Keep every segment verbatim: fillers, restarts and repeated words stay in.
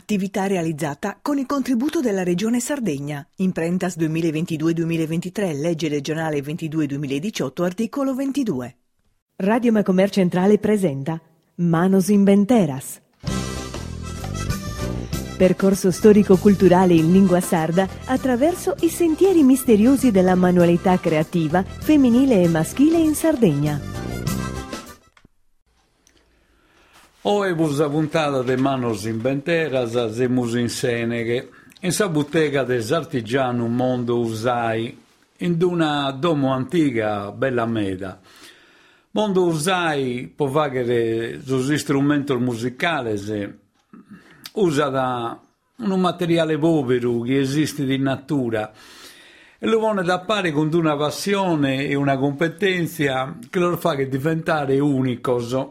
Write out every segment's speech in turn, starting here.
Attività realizzata con il contributo della Regione Sardegna. Imprentas duemilaventidue duemilaventitré, legge regionale ventidue duemiladiciotto, articolo ventidue. Radio Macomer Centrale presenta Manos Inventeras. Percorso storico-culturale in lingua sarda attraverso i sentieri misteriosi della manualità creativa femminile e maschile in Sardegna. Oe busa puntata de Manos Inventeras, semus in Seneghe, in sa bottega des artigianu Mondo Usai, in una domo antica bella meda. Mondo Usai può fare sus istrumentos musicales, usa da un materiale povero che esiste di natura e lo vuole da pari con una passione e una competenza che lo fa che diventare unico.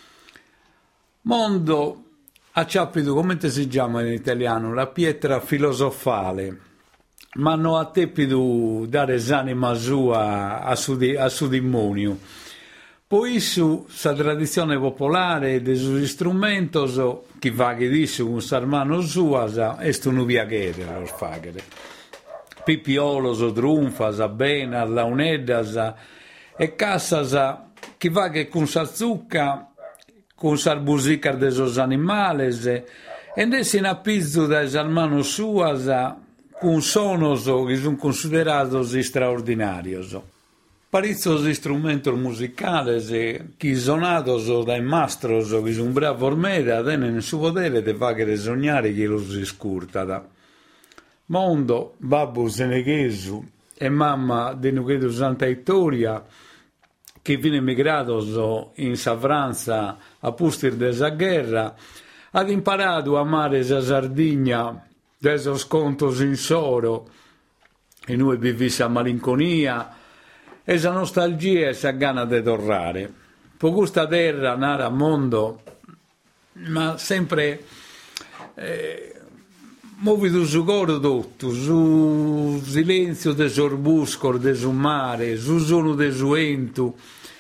Mondo ha capito come si chiama in italiano la pietra filosofale, ma non ha tepido dare s'anima sua a su, a su demonio. Poi su sa tradizione popolare dei suoi strumenti, chi fa che dice un sarmano sua, è un viagere lo fagere. Pipiolos, trunfas, benas, launeddas e cassas, chi fa che con sa zucca, con sa musica de sos animales, e andessi in appizzo dai sarmano suas, con sonos che sono considerati straordinarios. Parizzos istrumentos musicales che sonados dai mastros che sono bravo ormeda tenen su potere de fagere sognare chi los iscurtada. Mondo, babbo seneghesu e mamma de Nughedo Santa Vittoria che viene emigrato in sa Franza a pustir de sa guerra, ha imparato a amare sa Sardigna de sos contos in soro e noi vivisse a malinconia e sa nostalgia e sa gana de torrare. Po questa terra nara mondo, ma sempre eh, movido su coro tutto, su silenzio de sorbuscor de su mare, su suono de su entu,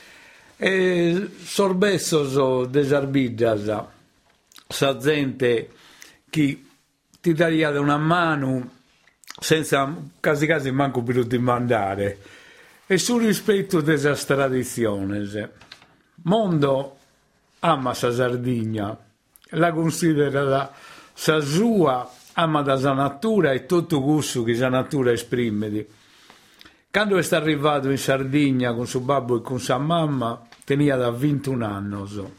e sorbessos de sarbiddas, sa gente che ti daria una mano senza quasi quasi manco più di mandare. E sul rispetto delle tradizioni. Mondo ama sa Sardigna, la considera sa sua, ama da sa natura e tutto gusto che sa natura esprime. Quando è arrivato in Sardegna con suo babbo e con sua mamma, tenia da ventuno anni.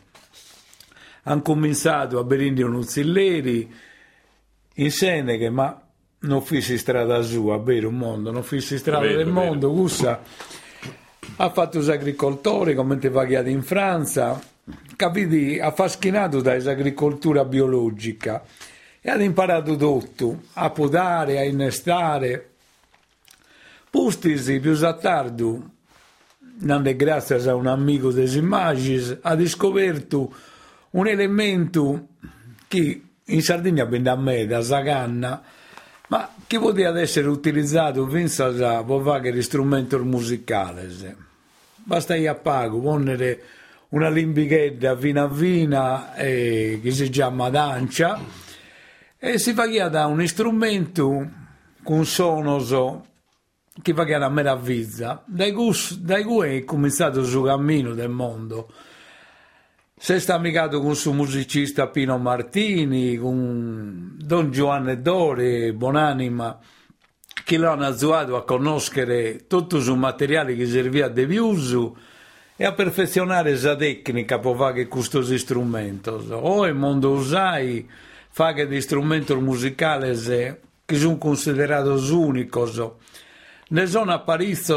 Hanno cominciato a berindire un uzzilleri in Seneghe, ma non fissi strada sua, vero mondo, non fissi strada vero, del vero. Mondo, Gussa ha fatto gli agricoltori come te paghiati in Francia, capiti, affaschinato dall'agricoltura biologica e ha imparato tutto, a podare, a innestare. Pustisi più a tardi, nande grazie a un amico delle immagini, ha scoperto un elemento che in Sardegna vende a me, da Saganna, ma che poteva essere utilizzato pensa da fare strumenti musicali. Basta io a pago, ponere una limbichetta fino a vina eh, che si chiama dancia e si fa da un strumento con sonoso che fa una meraviglia. Dai cui è cominciato il suo cammino del mondo. Si è amicato con suo musicista Pino Martini, con Don Giovanni Dore, buonanima, che lo hanno aiutato a conoscere tutto il materiale che serviva di uso e a perfezionare la tecnica per fare questo strumento. O il Mondo Usai fa che gli strumenti musicali che sono considerati unici, ne sono appariti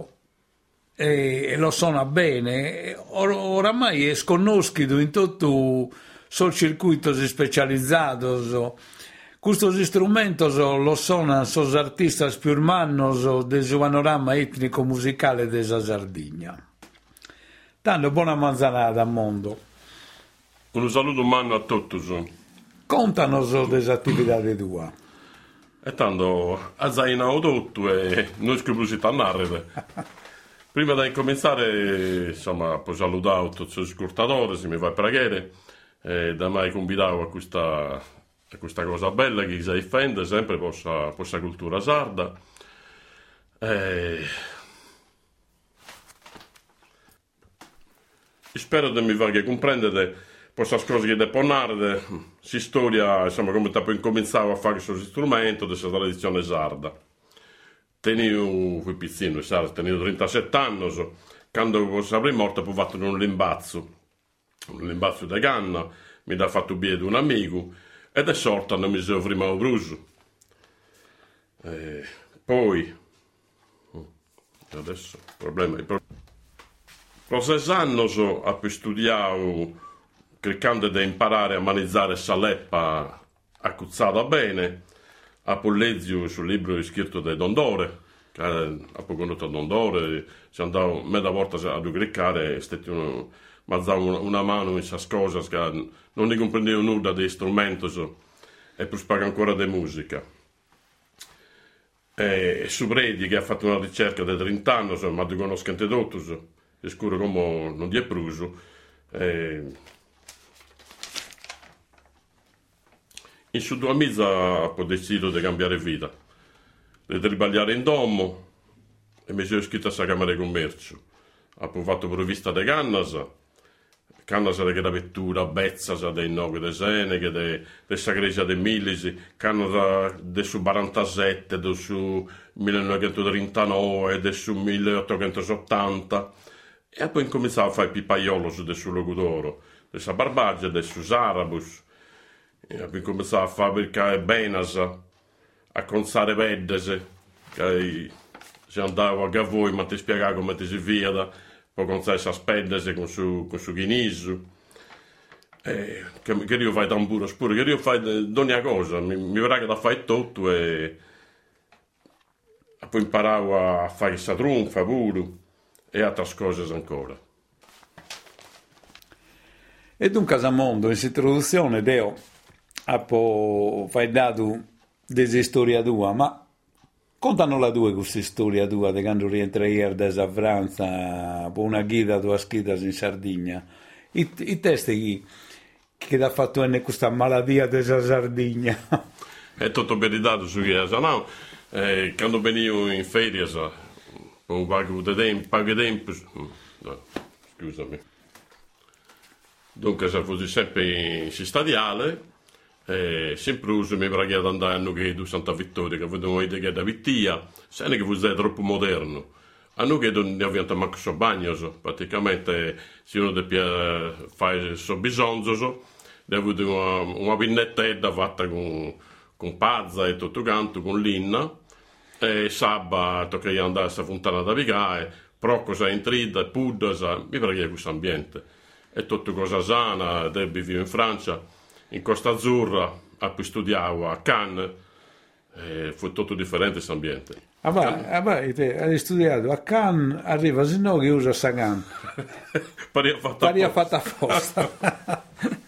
e lo suona bene, or- oramai è sconosciuto in tutto il circuito specializzato. Questi strumenti lo suonano gli artisti più urmani del panorama etnico-musicale della Sardegna. Tanto buona manzanata al mondo. Un saluto umano a tutti. Contanos delle attività tue. E tanto a zainato tutto e noi scriviamo a narrare. Prima di cominciare, insomma, poi salutare tutti gli ascoltatori, se mi fa pregare, e da mai convidato a questa è questa cosa bella che si difende sempre questa, questa cultura sarda. E... spero di mi far che comprendete queste cose che devo narrare, si storia, insomma, come poi incominciavo a fare questo strumento, questa tradizione sarda. Tenivo quei pizzini, sai, tenivo trentasette anni, quando sono morto ho fatto un limbazzo, un limbazzo di canna, mi ha fatto bere un amico, ed è sorta non mi sono prima bruso. E poi, adesso, il problema è... Per sei anni ho studiato, cercando di imparare a maneggiare questa leppa accuzzata bene, a Pollezio sul libro scritto da Dondore, che ha conosciuto Dondore, si andava mezza volta a cliccare, mi ha dato una mano in queste cose, che non ne comprendevo nulla di strumenti e poi spiego ancora di musica. E su Bredi, che ha fatto una ricerca da trenta anni, ma di conoscente tutti, è scuro come non gli è pruso. E... in su due mesi ho deciso di cambiare vita, di ribagliare in domo e mi sono iscritto a Camera di Commercio. Ho fatto provvista di cannas, cannas che da vettura, bezzas dei nove de Sene, che de, de Sagresia de Milisi, cannas de su quarantasette, de su millenovecentotrentanove, de su milleottocentosettanta. E poi incominciavo a fare pipaiolo su del suo Logudoro, de sa Barbagia, de su Sarabus. E poi incominciavo a fabbricare benas, a consare vedese, che si andava a Gavoi, ma ti spiegava come ti si via, poi consare sa spedese con su, con su Ghinisu. E che, che io fai tamburo spuro, che io fai di ogni cosa, mi, mi verrà che da fare tutto e... e poi imparavo a fare sa trunfa, pure. E altre cose ancora. E dunque a mondo, in introduzione Deo ha fai dato delle storie tua, ma contano la tua questa storia tua di quando rientrai da Savranza per una guida tua scritta in Sardegna. I, i testi che ti ha fatto in questa malattia della Sardegna. È tutto verità su che no? Eh, quando venivo in ferie un paio di tempo, paio di tempo, no, scusami. Dunque, se fossi sempre in stadiale, eh, sempre uso mi preghiamo ad andare a Nughedo, Santa Vittoria, che vedevo che da Vittia, se non che fosse troppo moderno. A Nughedo non avevamo manco so bagno, praticamente se uno deve fare il suo bisogno, deve avere una, una pinnettetta fatta con, con pazza e tutto canto, con linna. E sabato che io andavo a Fontana da Vigare, però cosa intrida, pudda, mi pare che questo ambiente è tutto cosa sana, devi vivere in Francia, in Costa Azzurra, a poi studiavo a Cannes, e fu tutto differente questo ambiente. Ah, ma, ah, ma te hai studiato a Cannes, arriva se no che usa Sagan. Paria fatta Paria fatta apposta.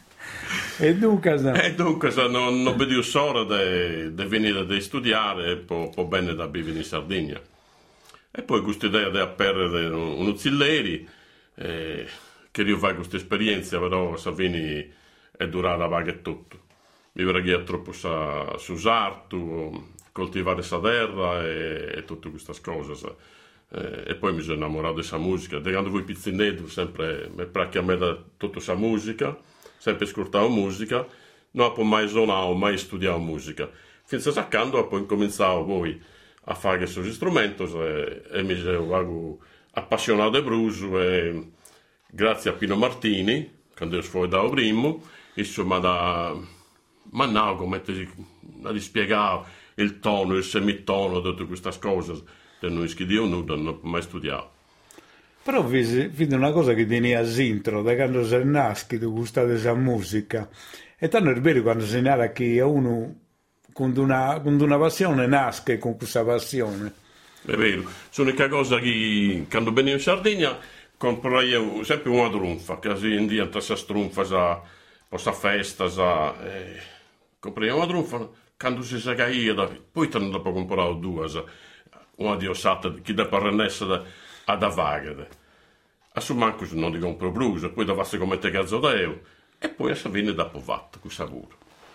E dunque, no. e dunque non, non vedo solo di venire a studiare e poi, poi bene da vivere in Sardegna. E poi questa idea di aprire un uccelleri, eh, che io fai questa esperienza, però Savini è durata vaga e tutto. Mi preghi troppo sa, su sarto, coltivare sa terra e, e tutte queste cose. Eh, e poi mi sono innamorato di questa musica. Da quando voi pizzinetti, sempre mi piace a me da tutta questa musica. Sempre ascoltavo musica, non ho mai suonato, mai studiato musica. Finché a quando poi incominciavo poi a fare questi strumenti e, e mi sono appassionato di blues e grazie a Pino Martini, quando io sfogliavo prima, insomma da ma come ti, ti spiegavo il tono, il semitono, tutte queste cose che non studiavo nulla, non ho mai studiato. Però vedi una cosa che tieni a intro, da quando sei nasci, ti gusta questa musica. E tanto è vero quando si narra che uno con una, con una passione nasce con questa passione. È vero, l'unica cosa che quando venivo in Sardegna comprai sempre una trunfa, che si india questa trunfa, questa festa, eh, comprai una trunfa, quando si sa che poi torno dopo comprare due, una di osata, che da parrenessa ad avagare. A su manco non ti compro blues, poi dovessi come te cazzo da io, e poi a Savini dopo fatto, con savuro.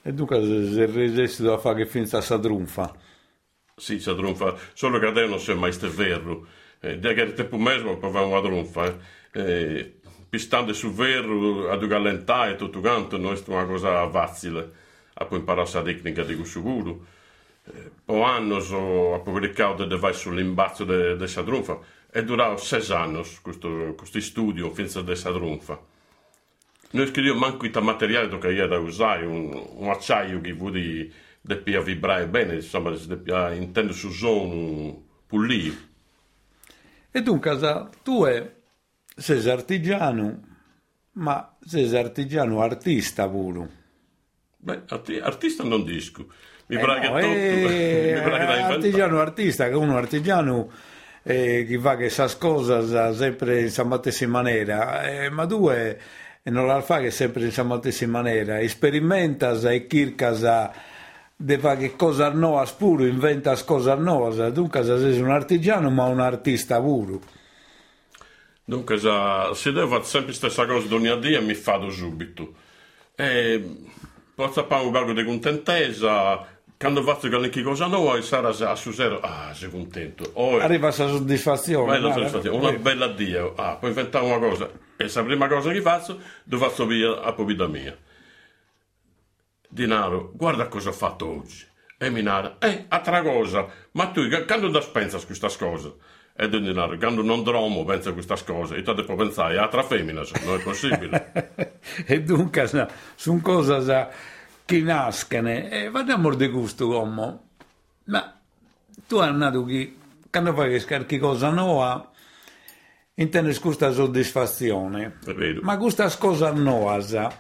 E dunque se resesti da fare che finza sa trunfa. Sì, sa trunfa, solo che adesso non so mai se è vero. Eh, da che tempo mesmo provavo una trunfa. Eh. Eh, pistando sul vero, ad rallentare e tutto quanto, non è una cosa facile. A poi imparare la tecnica di questo guru. Eh, poi anni ho pubblicato dei vai sull'imbazzo di questa trunfa. È durato sei anni questo, questo studio finza di questa trunfa. Noi scriviamo manco il materiale che io da usare, un, un acciaio che vuole deppia vibrare bene, insomma, deppia intende su suono pulito. E dunque, tu sei artigiano, ma sei artigiano artista pure. Beh, arti- artista non disco. Mi eh pare che no, tutto, eh, mi pare che da artigiano artista, che uno artigiano eh, che fa che sa cosa sempre in sa stessa maniera, eh, ma due e non la fa che sempre in sa stessa maniera, sperimenta e cerca di fare che cosa nuova pure, inventa cosa nuova, dunque sei un artigiano ma un artista pure. Dunque, se devo fare sempre la stessa cosa ogni giorno mi fado subito. E posso fare un poco di contentezza, quando faccio qualche cosa nuova, sarà a su zero, ah, sei contento. Oh, arriva la soddisfazione. Bella soddisfazione, una bella Dio, ah, poi inventare una cosa, e la prima cosa che faccio, devo fare via a vita mia. Dinaro, guarda cosa ho fatto oggi. E Minara, eh, altra cosa, ma tu, quando da pensa a questa cosa? E Dinaro, quando non dormo penso a questa cosa, e tu devi pensare a altra femmina, non è possibile. E dunque, sono cose che nascono, e vediamo di gusto, uomo. Ma tu hai nato che, quando fai che scarichi cosa nuova, intendi questa soddisfazione. È vero. Ma questa cosa nuova,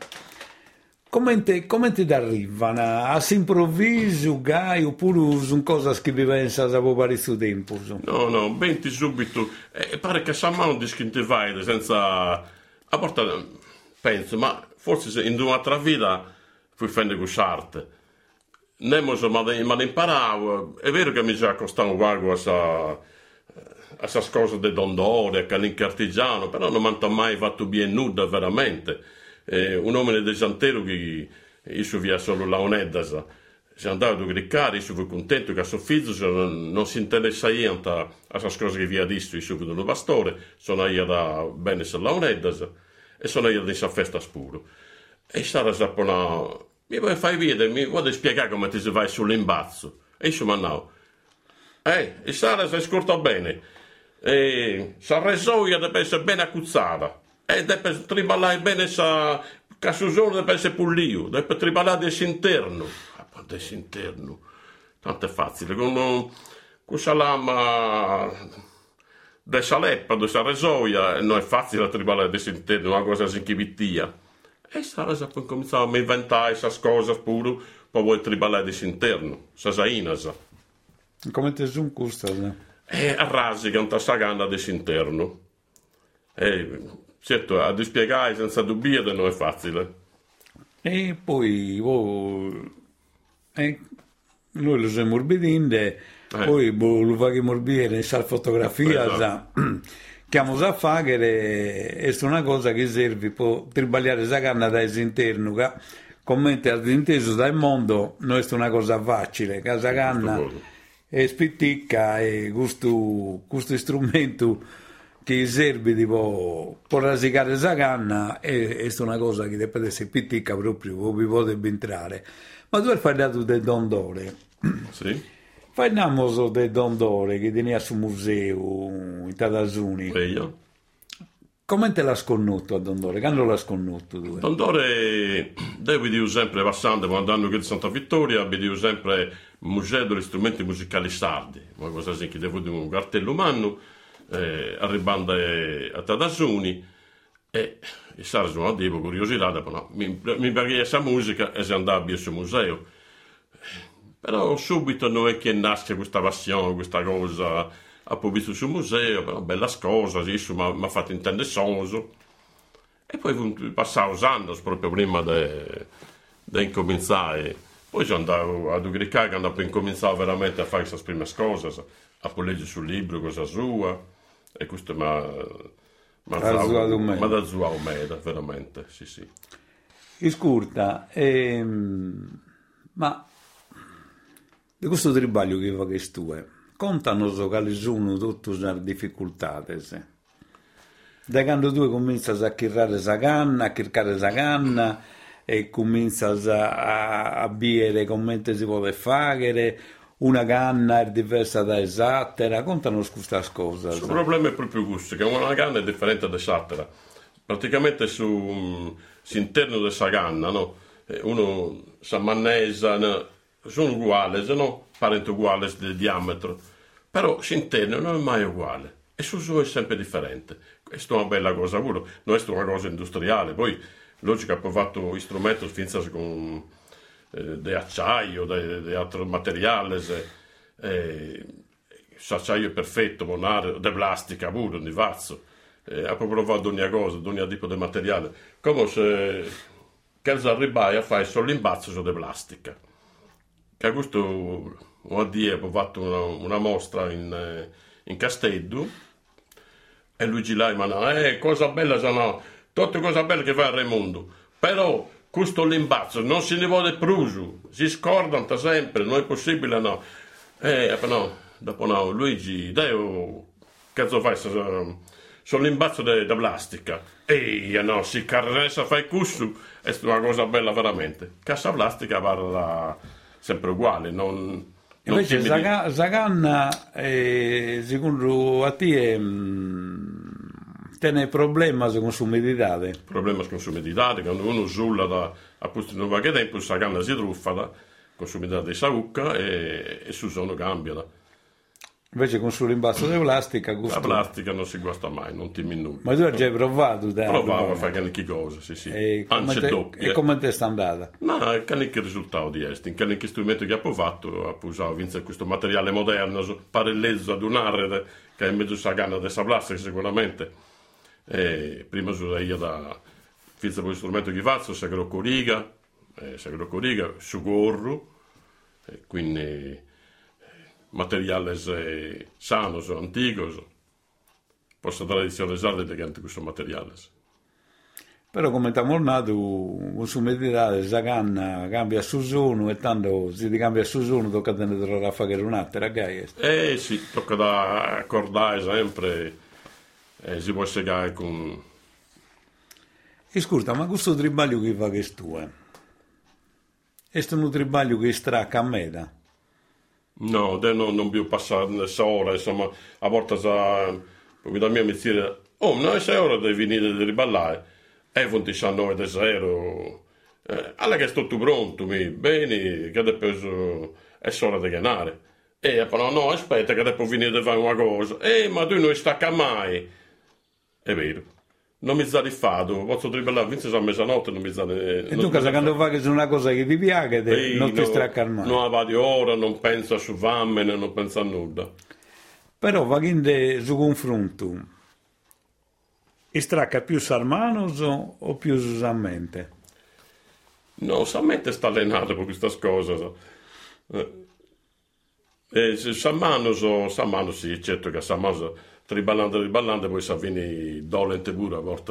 come ti, come ti arrivano? A improvviso, gai, oppure sono cose che vi pensano da parecchio tempo? No, no, venti subito, e pare che sa mano di vai senza... A volte penso, ma forse in un'altra vita fui fare quest'arte. Nemmeno so, ma ma imparavo, è vero che mi già costato un vago a sa... a sa cosa di dondore, a artigiano, però non mi ha mai fatto bene nulla veramente. Eh, un uomo di Santero che io via solo la onedasa si è andato a griccare, io sono contento che a suo figlio non, non si interessa niente a queste cose che vi ha detto, io sono un pastore, sono io da bene sulla onedasa e sono io di questa festa spuro e sarà sapona mi vuoi fare vedere, mi vuoi spiegare come ti si vai sull'imbazzo e io mi no eh, e Sara si scorta bene e sa resoia deve essere ben accuzzata e deve triballare bene sa casusone deve essere pulito, deve triballare dall'interno. Ah, ma dall'interno, tanto è facile, con questa lama di saleppa, di resoia, non è facile triballare dall'interno, una cosa sinchibittia. E Sara poi cominciava a inventare queste cose pure, poi vuoi triballare dall'interno, sasainas. Come ti sono costose? E a rasi che non ti sta ganna dall'interno. E certo, a dispiegare senza dubbio non è facile. E poi oh, eh, noi lo siamo morbidinde, eh. Poi boh, lo facciamo morbire in sal fotografia, esatto. Chiamo a fare è una cosa che serve per tribagliare la canna dall'interno, che commenti all'inteso dal mondo non è una cosa facile, che la canna è spitticca e questo, questo strumento che serve tipo, per rasicare la canna è, è una cosa che deve essere pittica proprio, come vi potrebbe entrare. Ma tu hai parlato del dondore. Sì. Parliamo del dondore che tenia sul museo in Tadasuni. E io? Come te l'ha sconnuto a dondore? Quando l'ha sconnuto? Tu? Dondore, devo dire sempre, passando, quando andando qui di Santa Vittoria, vedo sempre il Museo degli Strumenti Musicali Sardi, una cosa così, che devo dire un cartello umano, Eh, arrivando a Tadasuni e i sardi sono andato curiosità no, mi, mi perché questa musica e si andava a questo museo però subito non è che nasce questa passione questa cosa ha poi visto sul museo però bella cosa mi ha fatto intendere sonso e poi passavo anni proprio prima di incominciare poi sono andato ad Ugricare quando ho incominciato veramente a fare queste prime cose a poi leggere sul libro cosa sua e questo mi ha dato zuato meda, veramente, sì sì. Iscurta, ehm, Ma di questo tribaglio che fa che tu è, contanos quali sono tutte le difficoltà. Da quando tu cominci a chirrare la canna, a chircare la canna e cominci a, a bere come si vuole fare, una canna è diversa da esattera, contanos queste cose. Il problema è proprio questo, che una canna è differente da esattera. Praticamente su, all'interno della canna, no? Uno si mannesa, no? Sono uguali, no? Parenti uguali di diametro, però all'interno non è mai uguale e su su è sempre differente. Questa è una bella cosa pure, non è una cosa industriale. Poi logico ha provato strumenti finza con eh, di acciaio, di altri materiali, eh, l'acciaio è perfetto, monare, di plastica pure, di vazzo. Eh, ha provato ogni cosa, ogni tipo di materiale, come se che si arriva a fare solo l'imbazzo di plastica. Che a questo un dì ho fatto una, una mostra in, in Castello e Luigi Laiman, eh, cosa bella sono, tutte cose belle che fa il Raimondo, però questo l'imbazzo non si ne vuole più, si scordano sempre, non è possibile, no. Eh, no, dopo no, Luigi, dai, oh, che fai, sono l'imbarazzo di plastica, e no, si carressa fai questo, è una cosa bella veramente, cassa plastica va sempre uguale, non... Invece la di... canna, eh, secondo a te, mh, tiene problemi con l'umidità? Problemi con l'umidità, quando uno sulla da appunto in un qualche tempo, la canna si truffa con l'umidità di saucca e, e su sono cambia. Invece con sull'imbasso di plastica... Gusto... La plastica non si guasta mai, non ti minuti. Ma tu hai già provato? Da, Provavo a fare qualche cosa, sì sì. E come, te, e come ti è andata? No, che risultato di est. In che strumento che ha provato, ha usato questo materiale moderno, parelleso ad un'arrede, che è in mezzo a canna di plastica sicuramente. E prima usai io da... Finza per strumento che faccio, sagro coriga, eh, sagro coriga, su gorro, e quindi... materiales eh, sanos, antigos, possa tradizione sarda di questo materiales. Però come stiamo nato, con l'umidità la canna cambia su sono e tanto se ti cambia su sono tocca tenere a fare un'altra, ragazzi. Eh sì, tocca da accordare sempre, eh, si può segare con... E scusa, ma questo tribaglio che fa che tu è? È un tribaglio che stracca a metà? No, non, non più passare questa ora, insomma, a volte sa, da mia mi dire, oh, non è ora di venire di riballare, è diciannove di zero, eh, alla che è tutto pronto, mi, bene, che adesso è ora di ganare, e però no, aspetta che devo venire a fare una cosa, eh, ma tu non stacca mai, è vero. Non mi sa di fatto, posso triballare finché a mezzanotte, non mi sa di... E tu cosa quando fai che è una cosa che ti piace, te, non ti stracca mai? Non va di ora, non pensa su vammene, non pensa a nulla. Però va che su confronto, e stracca più Sarmanos o più Sammente? No, Sammente sta allenato per questa cosa. Eh, Sarmanos o Sarmanos sì, certo che Sarmanos... triballando, triballando, poi si viene dolente pure a volte.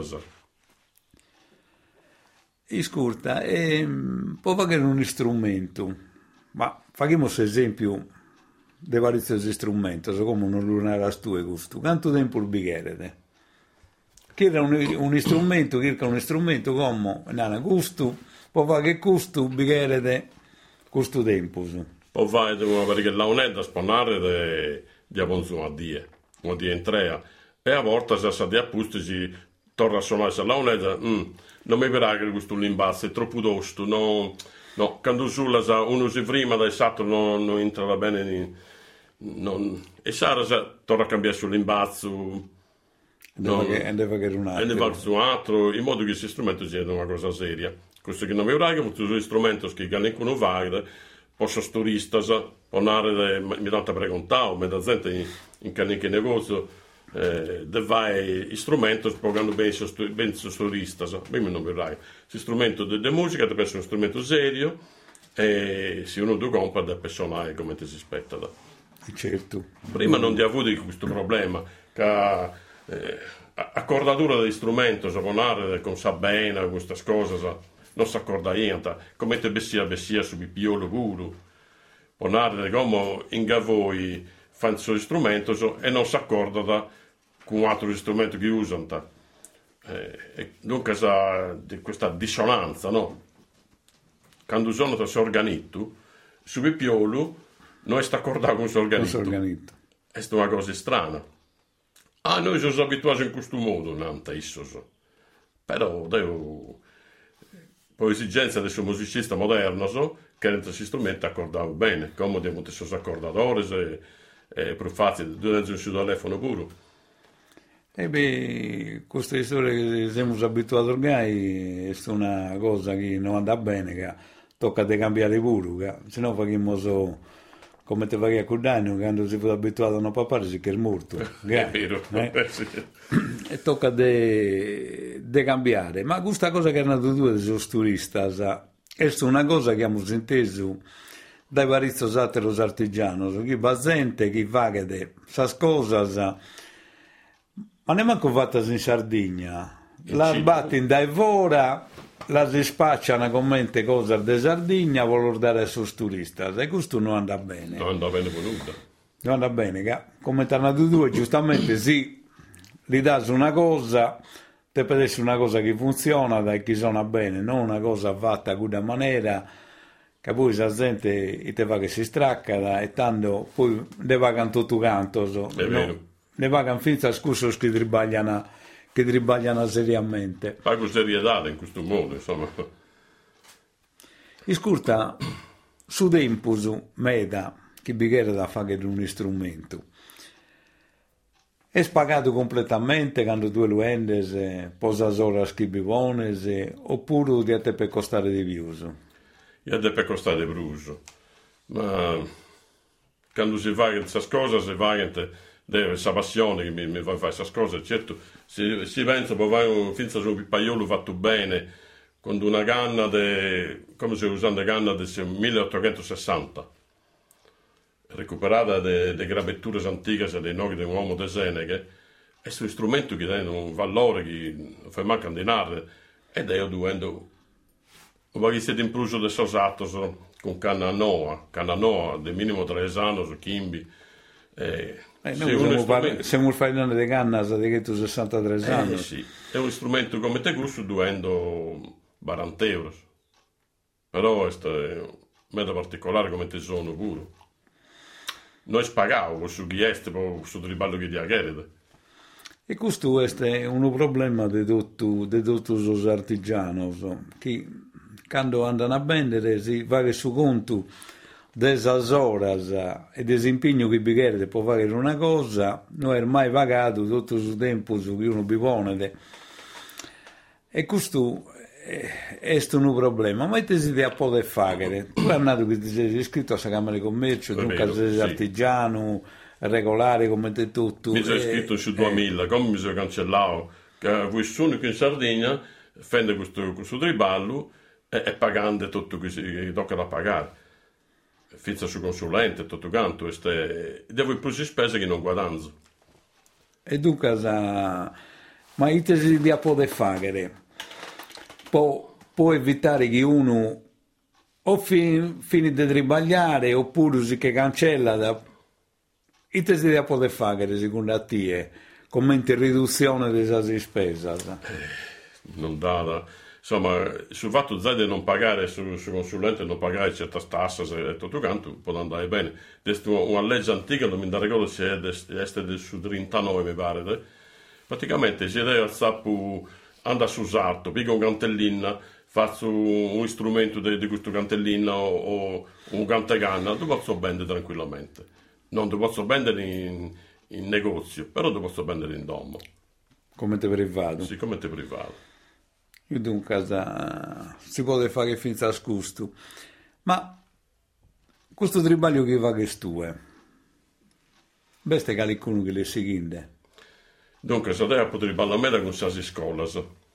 Ascolta, eh, può fare un strumento, ma facciamo esempio di vari strumenti, come non lunare tu e gusto. Quanto tempo il bicchiere? Che era un, un strumento, che era un strumento come non gusto, può fare che gusto, bicchiere di questo tempo. Può fare perché la un'edda spanare di avanzare a die. Come di entrea, e a volte se sa di appusti si torna a suonare la un'edda, mm, non mi verrà che questo l'imbasso è troppo dosto, no, no, quando sulla sa uno si prima da esatto non, non entra bene, non, e Sara sa torna a cambiare sull'imbasso, non deve fare un altro, e deve fare un altro, in modo che questo strumento sia una cosa seria. Questo che non mi verrà che questo strumento che non va, posso sturista, onare mi dà preguntare, mi dà gente in, in canniche negozio, eh, deve strumenti pagando bene ben sturista, ben non verrà. Questo strumento di musica deve essere uno strumento serio e se uno lo compra deve suonare come ti si aspetta. Certo. Prima non ti ha avuto questo problema, che eh, accordatura di strumento, suonare con sabena, queste cose, non si accorda niente, come te bessia bessia su pipiolo puro, ponare come in voi fanno il suo strumento e non si accorda da con altri strumenti che usano. Eh, e dunque sa, di questa dissonanza, no? Quando sono il suo organitto, su pipiolo non si accorda con il suo organitto. È una cosa strana. Ah, noi siamo abituati in questo modo, non so. Però, devo... per esigenza del suo musicista moderno, so, che non si strumenti accordavo bene, come abbiamo i suoi accordatori e, e per fatti, due un suo telefono puro. E beh, questa storia che siamo abituati ormai è una cosa che non andrà bene, che tocca di cambiare pure, se no facciamo so... come te vai a Cudagno, quando si fu abituato a non papare si che è morto. È vero, eh? eh, sì. E tocca de, de cambiare. Ma questa cosa che hanno detto due dei turisti è una cosa che abbiamo sentito dai vari altri artigiani, chi va gente, chi fa che de queste cose, ma ne manco fatte in Sardegna, la sbattono da evora, la si spacciano come cose di Sardegna, vogliono dare ai suoi turisti, e questo non andrà bene. Non andrà bene per nulla. Non andrà bene, che, come ti hanno detto due, giustamente sì, gli dai una cosa, te per essere una cosa che funziona, da chi suona bene, non una cosa fatta a quella maniera, che poi la gente te fa che si stracca, e tanto poi ne pagano tutto canto, so, è vero. No? Ne pagano finta scusa che tribagliano, che tribagliano seriamente. Pago serietà in questo modo, insomma. Iscurta, su tempus meda, che bighere da fare un strumento, è spagato completamente quando tu lo vendes, posas ora schibivones, oppure di te per costare di più? Io te per costare di più, ma quando si fa queste cose, si fa questa passione che mi, mi fa fare queste cose, certo, si, si pensa che fare finza su un pipaiolo fatto bene, con una canna, de, come si usa una canna del milleottocentosessanta, recuperata da gravetture antiche dei noghi di un uomo di Seneghe, è un strumento che ha un valore che non fa manco andare, ed io dovendo, ma che siete in pluso del sosato con canna noa, canna noa, del minimo tre anni, su Kimbi, eh, Eh, noi siamo, strumento... siamo parlando di canna di sessantatré anni. Eh, sì, è un strumento come te gusto duendo quaranta euro. Però questo è un particolare come te sono pure. Noi spagavo su chi è, su riballo che ti agherede. E questo è un problema di tutti gli artigiani, che quando andano a vendere si fa su conto desas horas e desimpegno che bighere può fare una cosa, non è mai pagato tutto il tempo su cui uno bivone. E questo è un problema, ma te si deve poter fare. Tu hai andato che ti sei iscritto a questa Camera di Commercio, tu sei sì. artigiano, regolare come te tutto. Mi sono iscritto su duemila, eh. come mi sono cancellato, che nessuno qui in Sardegna fende questo, questo triballo e, e pagando tutto che tocca da pagare. Finza su consulente, tutto quanto, este, devo impulsare spese che non guadagno. E dunque, ma io te si deve poter fare, può, può evitare che uno o fin, fini di tribagliare oppure si che cancella, da, io te si deve poter fare, secondo te, come riduzione delle spese. Eh, non dà... Insomma, sul fatto di non pagare sul, sul consulente, non pagare certe tasse e tutto quanto, può andare bene. Questa è una legge antica, non mi ricordo se è del su trentanove, mi pare. Praticamente, se lei sappo anda su sarto, piega un cantellino, faccio un strumento di, di questo cantellino o, o un cantecanna, tu posso vendere tranquillamente. Non ti posso vendere in, in negozio, però ti posso vendere in domo. Come te privato? Sì, come te privato. Io dunque si può fare finza a scusto, ma questo tribaglio che va che stue, beste che qualcuno che le seguinde. Dunque, se deve poter ballare con queste scuole,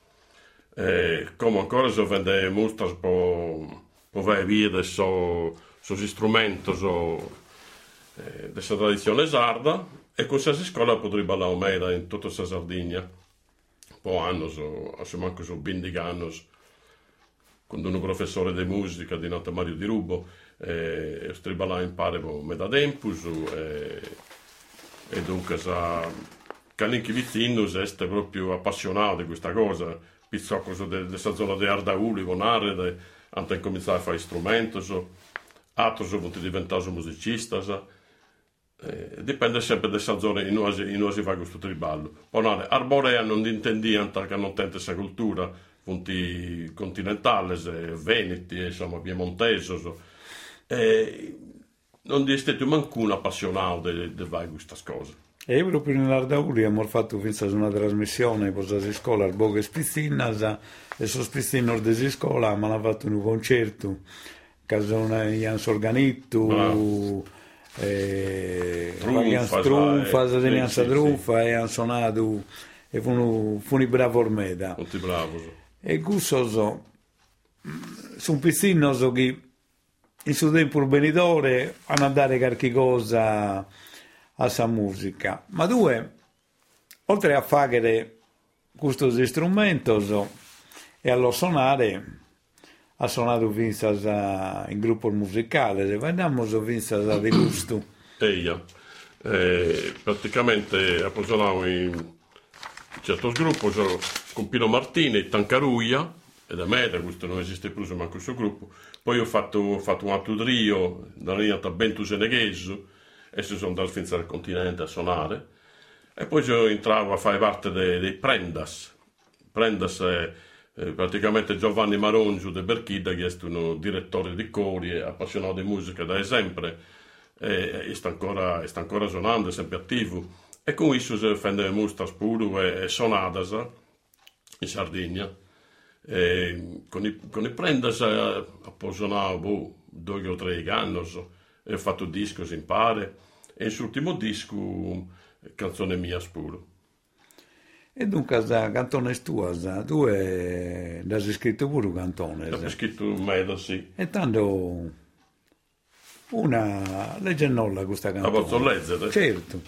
eh, come ancora si vende mostre per fare via dei suoi strumenti so, eh, della tradizione sarda, e con queste scuole potrei ballare meglio in tutta la Sardegna. Po' anni, so, manco so venti anni. con un professore di musica di nato Mario Di Rubo, e striballare impare me da tempus, e, e dunque sa, Caninchi Vizzinus è proprio appassionato di questa cosa, pizzocco di questa zona di Ardauli, con Arde, anche a cominciare a fare strumenti, so, altri sono diventati musicisti, so. Eh, dipende sempre da questa zona in cui si fa questo triballo. Poi Arborea non intendiamo che non tenta questa cultura, punti continentali, veneti, insomma, piemontesi, so. Eh, non è stato mancuno appassionato di fare queste cose. E proprio nell'Ardauli abbiamo fatto una trasmissione per la scuola al Boga Spizzinnas, e su Spizzinnos di scuola abbiamo fatto un concerto, casone Jans Organittu, e Trunfa, Trunfa, Jans Trunfa, e hanno suonato, e fu un bravo ormeda. Molto bravo. E questo so, su un Spizzinnos che in suo tempo il benitore hanno a dare qualche cosa a sa musica, ma due, oltre a fare questi strumenti e a suonare, ha suonato vinzas in gruppo musicale, se vediamo se vinzas di gusto. Eia, eh, praticamente ha suonato in certi gruppi, con Pino Martini, Tancaruia, e da me, da questo non esiste più, ma questo gruppo. Poi ho fatto, ho fatto un altro trio, da lì a Bentu Seneghesu, e si sono andati fino al continente a suonare, e poi io entravo a fare parte dei, dei Prendas. Prendas è eh, praticamente Giovanni Marongiu de Berchida, che è un direttore di cori e appassionato di musica da sempre, e, e sta, ancora, sta ancora suonando, è sempre attivo, e con questo si fende mostra spuro e, e suonadas in Sardegna. E con, i, con i Prendas eh, ho suonato boh, due o tre anni, so. E ho fatto disco, si impare, e il suo ultimo disco, canzone mia spuro. E dunque, la cantone tua, tu hai scritto pure un cantone? Ho scritto un meda, sì. E tanto, una leggennolla questa cantone. La posso leggere? Certo.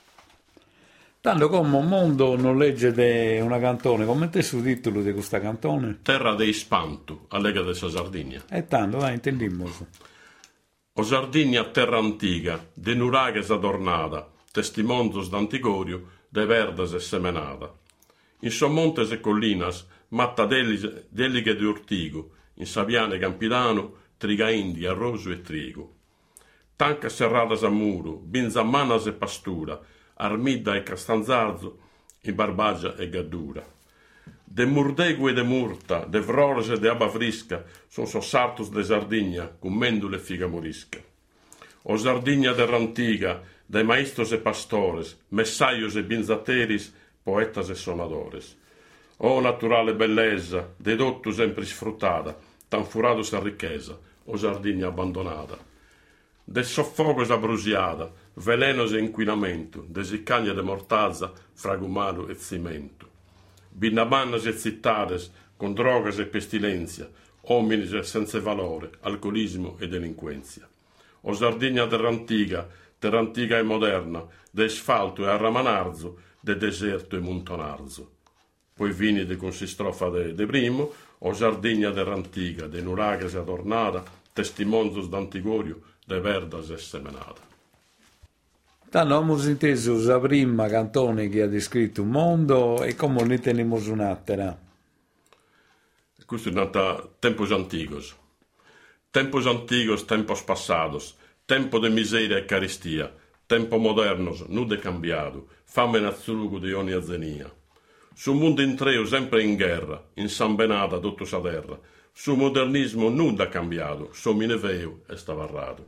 Tanto come un mondo non legge una cantone, come te sul titolo di questa cantone? Terra dei Spantu, allega della Sardegna. E tanto, dai, intendiamo. O Sardegna terra antica, de nuraghes adornada, testimonzos d'antigorio, de verdes e semenada. In sommontes e collinas, matta deliche di ortigo, in saviane campidano, triga indi, arroso e trigo. Tanca serradas a muro, binzammanas e pastura, armidda e castanzarzo, in barbagia e gaddura. De murdegu e de murta, de vrores e de aba frisca, son so sartus de Sardegna, con mendule e figa morisca. O Sardegna derrantiga, de maestros e pastores, messaios e binzateris, poetas e sonadores. O naturale bellezza, de dotto sempre sfruttata, tan furados a riqueza, o Sardegna abbandonata. De soffocos abrusiada, velenos e inquinamento, de siccagna de mortazza, fragumano e cimento. Binnamannas e zittades, con drogas e pestilenza, homines senza valore, alcolismo e delinquenza. O Sardegna terrantiga, terrantiga e moderna, de asfalto e arramanarzo, de deserto e montonarzo. Poi vini de consistrofa de, de primo, o Sardegna terrantiga, de nuragas e adornada, testimonzos d'antigorio, de verdas e semenada. Tanto abbiamo inteso la prima cantone che ha descritto un mondo e come ne teniamo un'altra. Questo è nato tempos antigos. Tempos antigos, tempos passados, tempo de miseria e caristia, tempo modernos, nude cambiado, fame nazzurugo di ogni azenia. Su mondo intreo sempre in guerra, in sambenata dotto sa terra, su modernismo nuda cambiado, so mineveo e stavarrado.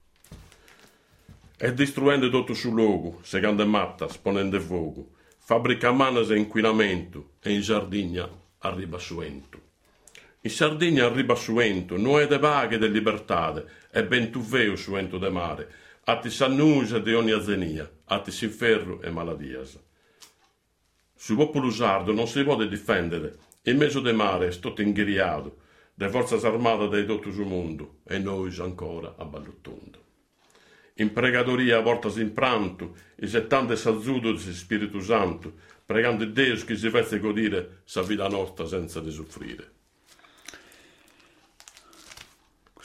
E distruendo tutto sul luogo, segando matta, sponendo fuoco, fabbrica manas e inquinamento, e in Sardegna arriba suento. In Sardegna arriba suento, non è de vaghe de libertade, e ben tu veo suento de mare, atti s'annusa de ogni azenia, atti s'inferro e maladias. Su popolo sardo non si può difendere, in mezzo de mare è tutto inghiriato, de forze armate dei tutto sul mondo, e noi ancora abballottando. In pregadoria portas in pranto, e settante s'azzudo di Spirito Santo, pregando Dio che si faccia godere sa vita nostra senza di soffrire.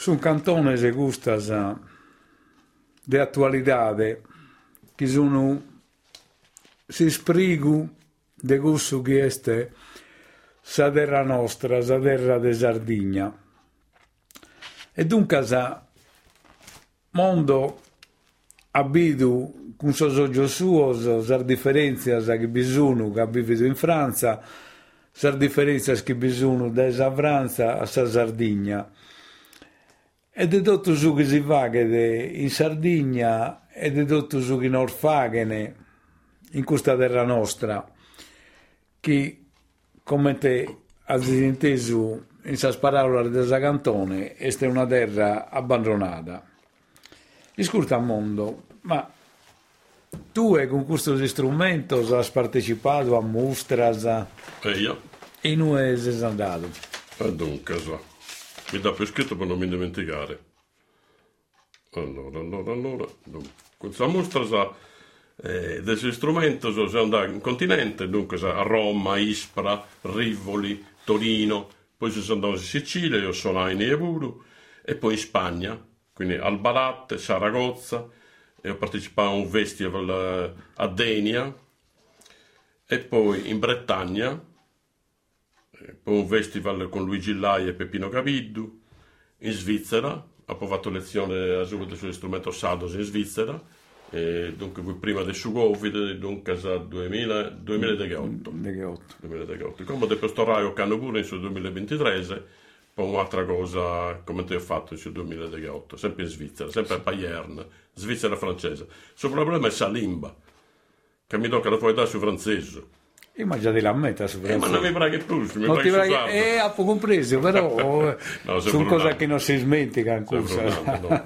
Sono cantone se gustas di attualità che sono si sprigu de gusto che este sa terra nostra, sa terra de Sardigna. E dunque sa mondo abidu con so soggio suo, sa differenzias che bisogno che ha vivido in Francia, sa differenzias che bisogno da sa Francia a sa Sardigna. E di tutto su che si fa che in Sardegna e di tutto su che non fagene in questa terra nostra che come te hai inteso in sa parole del cantone è una terra abbandonata. Ascolta mondo, ma tu con questi strumenti hai partecipato a mostras e io e non sei andato e dunque so. Mi dà per scritto per non mi dimenticare. Allora, allora, allora. Questa mostra sa eh, degli strumenti sono andati in continente, dunque sa, a Roma, Ispra, Rivoli, Torino, poi si sono andati in Sicilia, io sono in Evuru, e poi in Spagna, quindi al Balat, Saragozza, e ho partecipato a un festival a Denia, e poi in Bretagna, poi un festival con Luigi Lai e Peppino Capiddu, in Svizzera, ho fatto lezione a subito sugli strumenti sardos in Svizzera, e dunque prima del suo Covid, dunque nel duemiladiciotto. duemiladiciotto. Come da questo raio che hanno pure nel duemilaventitré, poi un'altra cosa come te ho fatto nel duemiladiciotto, sempre in Svizzera, sempre a Payerne, Svizzera francese. Il problema è la lingua, che mi tocca la fuori da su francese. Io ma già di la meta su eh, ma non mi pare che più, mi non pare ti pare, eh, ho compreso, però no, sono cose che non si smentica in corsa. No.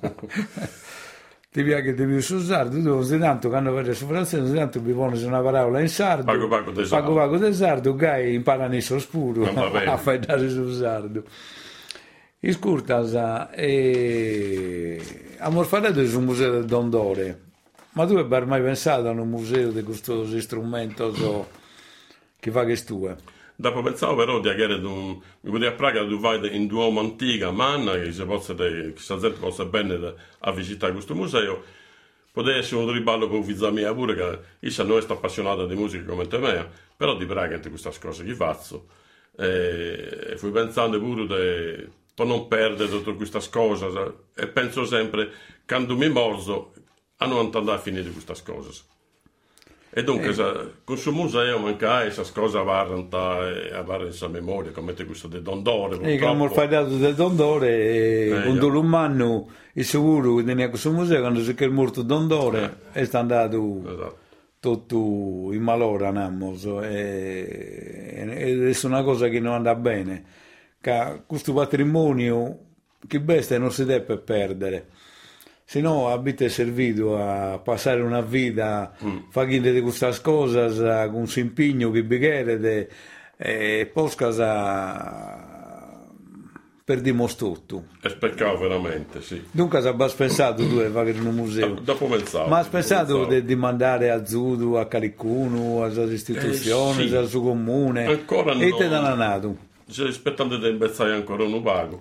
Ti piace che devi usare, tu devi tanto che hanno fatto su francese, tanto mi pone una parola in sardo, pago pago de sardo, pago pago de sardo, gai imparano il sospuro a fare dare su sardo. Iscurta, e a Morfaredo è un museo del Dondore. Ma tu hai mai pensato a un museo di questo strumento so, che fa che stue? Dopo pensavo però di avere un, mi potevo a Praga tu vai in Duomo antica manna che si possa che si gente possa bene a visitare questo museo, poteva essere un riballo per figlia mia pure che io non sto appassionata di musica come te me, però di Praga in queste cose che faccio e, e fui pensando pure de, per non perdere tutte queste cose e penso sempre quando mi morso a non andare a finire queste cose. E dunque, eh. sa, con il museo manca queste cose a varanta a avere in memoria, come questo del Dondore. E che abbiamo fatto del Dondore, e eh, quando l'umano è sicuro che tenia questo museo, quando si è morto Dondore, eh. è andato esatto. tutto in malora, e, ed è una cosa che non andava bene, che questo patrimonio, che bestia non si deve perdere. Se no abite servito a passare una vita mm. facendo di queste cose con un impegno che bicchiere e poi perdiamo tutto e speccavo veramente sì. Dunque hai pensato tu di fare in un museo dopo pensavo ma hai pensato di, di mandare a Zudu a Calicuno alle istituzioni eh, sì. al suo comune ancora e no. te da nato sto aspettando di imbezzare ancora un vago.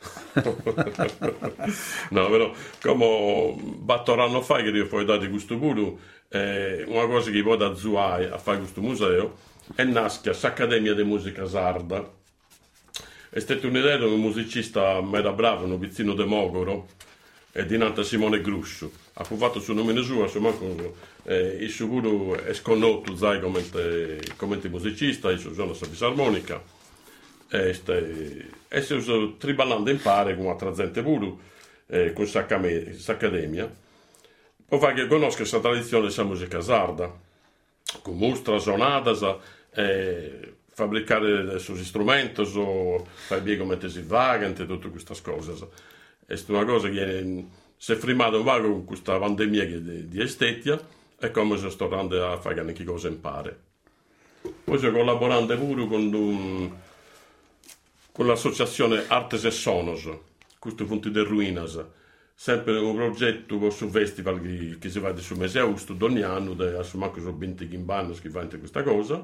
No, però come batto anno fa che io poi dato questo puro eh, una cosa che poi da Zuai a fare questo museo è nasce l'Accademia di Musica Sarda. È stata un'idea di un musicista mera bravo, un pizzino de Mogoro e di nata Simone Gruscio ha fatto suo nome suo insomma eh, il suo puro è sconosciuto sai come te, come te musicista il suo suono la fisarmonica e si usa triballando in pare con altra gente pure eh, con l'accademia poi fa che conosca questa tradizione della musica sarda con mostra, sonata eh, fabbricare i suoi strumenti o fare bene come te si vagante tutte queste cose è una cosa che si è firmata un vago con questa pandemia di, di estetica e come si sto andando a fare anche cose in pare poi sto collaborando pure con un con l'associazione Artes e Sonos, questo punto di Ruinas, sempre un progetto su festival che, che si va sul mese agosto ogni anno, insomma che sono venti gimbanos che fanno questa cosa,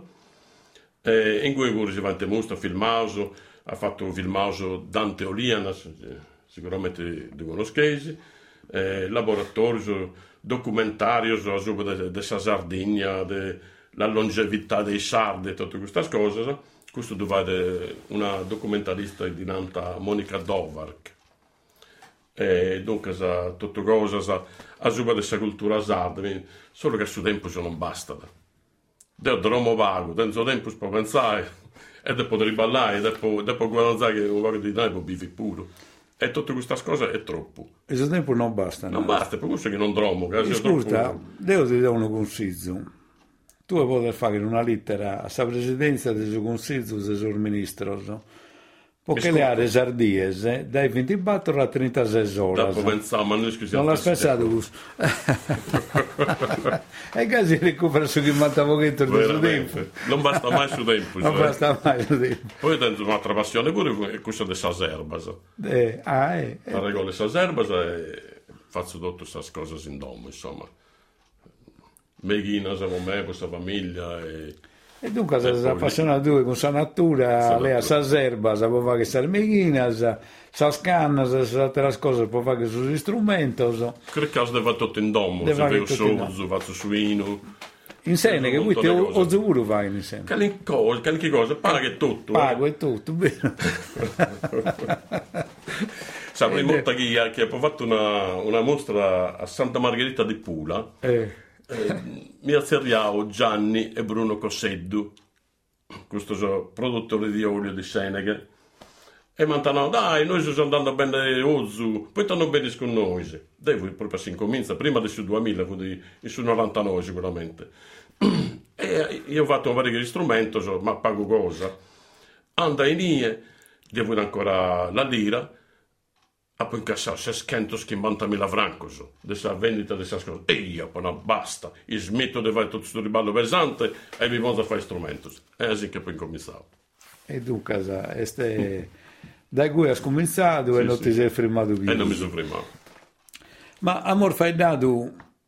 e in cui pure si va a mostra filmato, ha fatto un filmato Dante Olianas, sicuramente di conoscesi, eh, laboratori documentari della Sardegna, della longevità dei sardi e tutte queste cose. Questo dove una documentarista di nanta Monica Dovark. E dunque tutto cosa a suba della cultura sarda, solo che a suo tempo non basta. Io dromo vago, dentro tempo può pensare e dopo riballare, dopo, dopo guardare che un vago di tempo vivi puro. E tutte queste cose è troppo. E questo tempo non basta. Non no. basta, per questo che non dromo. Ascolta, io ti do un consiglio. Tu puoi fare una lettera alla presidenza del suo consiglio, del suo ministro, no? Perché le aree sardiese dai ventiquattro a trentasei ore. Dopo pensavo, ma noi scusiamo. Non l'ha pensato questo. E così recupera su chi manda pochetto del suo tempo. Non basta mai su tempo. Non cioè. basta mai su tempo. Poi dentro un'altra passione pure è questa di Saserbas. Eh, ah, eh. La regola di Saserbas e faccio tutte queste cose in domo, insomma. Meghina, siamo me, questa famiglia e... E dunque si è appassionato con questa natura, lei sa serba, sa può fare che sa meghina, sa, sa scanna, sa, sa altre cose, può fare che sugli strumenti. So. Credo che si deve tutto in domo, se vede sozzo, faccio suino. In sene, che qui o, o sicuro fai in sene. Qualche cosa, qualche cosa, paga che tutto. Pago eh. è tutto, bene. Sapete, in Montaglia che ha fatto una, una mostra a Santa Margherita di Pula. Eh. Eh, mi azzerriavo Gianni e Bruno Cosseddu, questo so, produttore di olio di Senegal, e mi hanno dai, noi stiamo andando bene Ozu, poi stanno bene con noi. Devo proprio si incomincia, prima del duemila, sul novantanove sicuramente. E io ho fatto un vario strumento, so, ma pago cosa? Anda in ie, devo ancora la lira, a poi incassare seicentocinquantamila franchi della vendita di queste cose. E io poi no, basta, io smetto di fare tutto questo riballo pesante e mi vado a fare strumenti. E così che poi incominciavo. E tu casa, este... da cui hai scominciato sì, e non sì. ti sei fermato più. E non mi sono fermato. Ma amor fai dato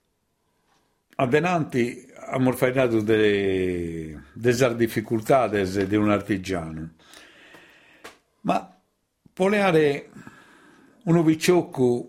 adelante, amor fai dato delle, delle difficoltà di un artigiano. Ma poleare uno picciocco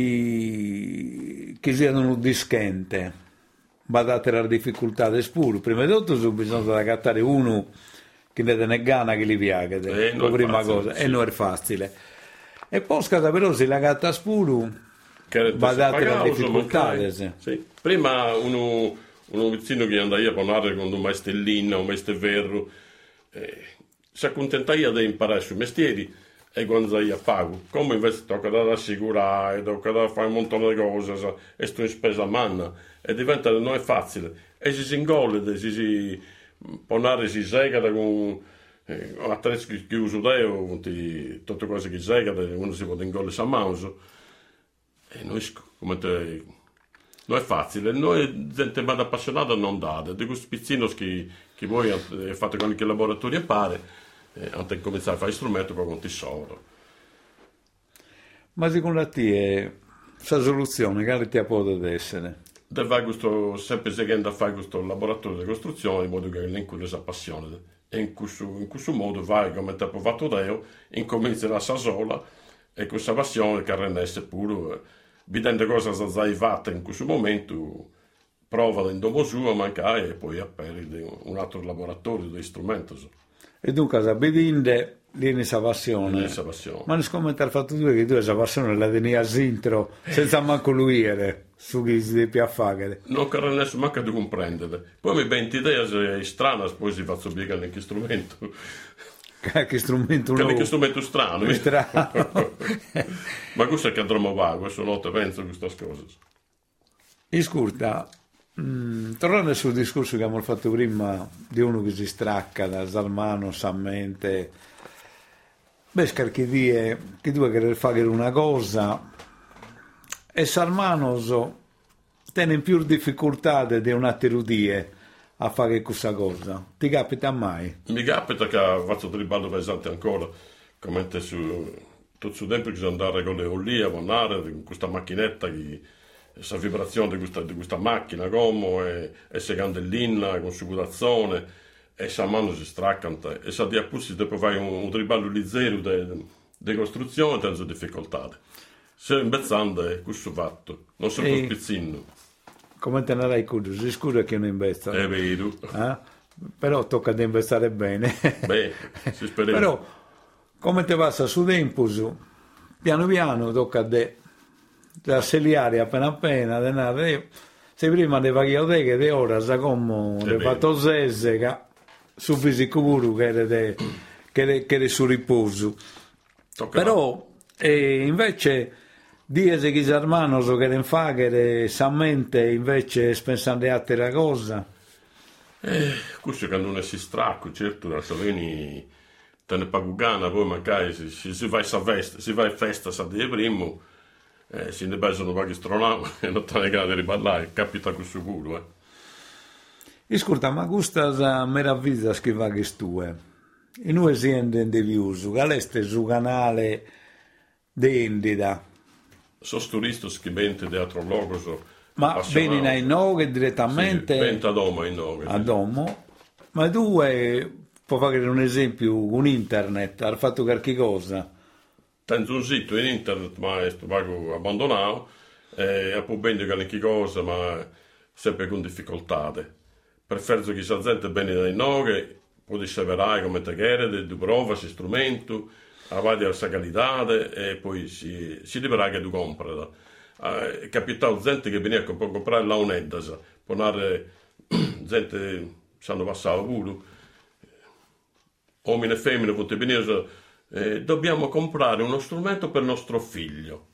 che, che sia un dischente, badate la difficoltà del spuro. Prima di tutto bisogna accattare uno che ne tiene gana che li piace, eh, la prima facile, cosa, sì. E non è facile. E poi scata però se la gatta spuro, badate la difficoltà. Sì. Sì. Prima uno, uno vicino che andava a parlare con un maestellino, un maesterverro, eh, si accontentava di imparare sui mestieri. E quando io pago, come invece tocca da assicurare, tocca da fare un montone di cose, e sto in spesa manna, e diventa non è facile, e si si ingolde, si si ponare si segata con eh, attrezzi che uso io, con tutte cose che segata, uno si può ingolare a mano, e noi come te, non è facile, noi gente appassionata non date, di questi pizzini che, che voi fate con i laboratori impare, Eh, anche cominciare a fare strumenti per conti soldi. Ma secondo te questa soluzione che ti può essere? Deve fare questo, sempre seguendo a fare questo laboratorio di costruzione in modo che l'inculo si appassioni e in questo, in questo modo vai come ti ha provato Deo, incominci la sa sola e questa passione che rende pure vedendo cosa hai fatto in questo momento prova in domo suo a mancare e poi appelli un altro laboratorio di strumenti. E dunque, a Bedinde, lì questa passione. passione. Ma non scommettere il fatto che tu questa passione la tenia a sintro, senza manco lui su chi si deve più fare. Non che non riesco manco a comprendere. Poi mi venti idee strane, poi si faccio spiegare che strumento. Che strumento nuovo. Che strumento strano. strano. Ma questo è che andremo va, questo non te penso a queste cose. Ascolta, Mm, tornando sul discorso che abbiamo fatto prima di uno che si stracca da Salmano, Sammente, beh, che die che tu vuoi fare una cosa e Salmano so, tiene in più difficoltà di un altro die a fare questa cosa. Ti capita mai? Mi capita che faccio del ballo pesante ancora, come su tutto il tempo che sono andare con le ollie a vanare con questa macchinetta che questa vibrazione di questa, di questa macchina come e, e se candellina con subulazione e sa mano si straccanta e sa di appuzzi dopo fai un, un triballo leggero di costruzione tengo difficoltà. Se imbezzando è questo fatto, non si può E- spizzino. Come te ne rai conto? Si scura che non investa. È vero. Eh? Però tocca di investire bene. Beh, si spera. Però, come te passa su tempo, su, piano piano tocca a te, da seliare appena appena, denaro. Se prima le paghi che ora sa come È le vero. fatto sesse, che su fisico puro che era, de- che era, che era su riposo. Tocca Però, eh, invece, dice che i hermanos che ne fa, che sa mente, invece, pensando a altre cose. Eh, questo che non si stracco, certo, da Salvini te ne pago gana, poi magari si, si, si va a festa, si va a festa, sa di primo, eh, si ne basano paghi stronamo e non te ne gana di riballare, capita questo puro, eh. Ascolta, ma questa meraviglia che va che tu è? In noi si ende di viuso, che è su canale di Endida, Sono turisti schibenti di altro luogo, so ma vieni ai nove direttamente Venta a Doma in nove. a Domo, ma tu eh, puoi fare un esempio con internet, hai fatto qualche cosa? Tengo un sito in internet, ma è stato abbandonato, e poi bene qualche cosa, ma sempre con difficoltà. Preferzo che la gente bene dai nove, poi riceverai come te chiede, tu prova, si strumento, avanti la qualità e poi si, si libererà che tu compri. Eh, è capitato gente che veniva a comp- comprare la un'edda, ponare gente sanno passato pure, uomini e femmine, potete venire, eh, dobbiamo comprare uno strumento per nostro figlio.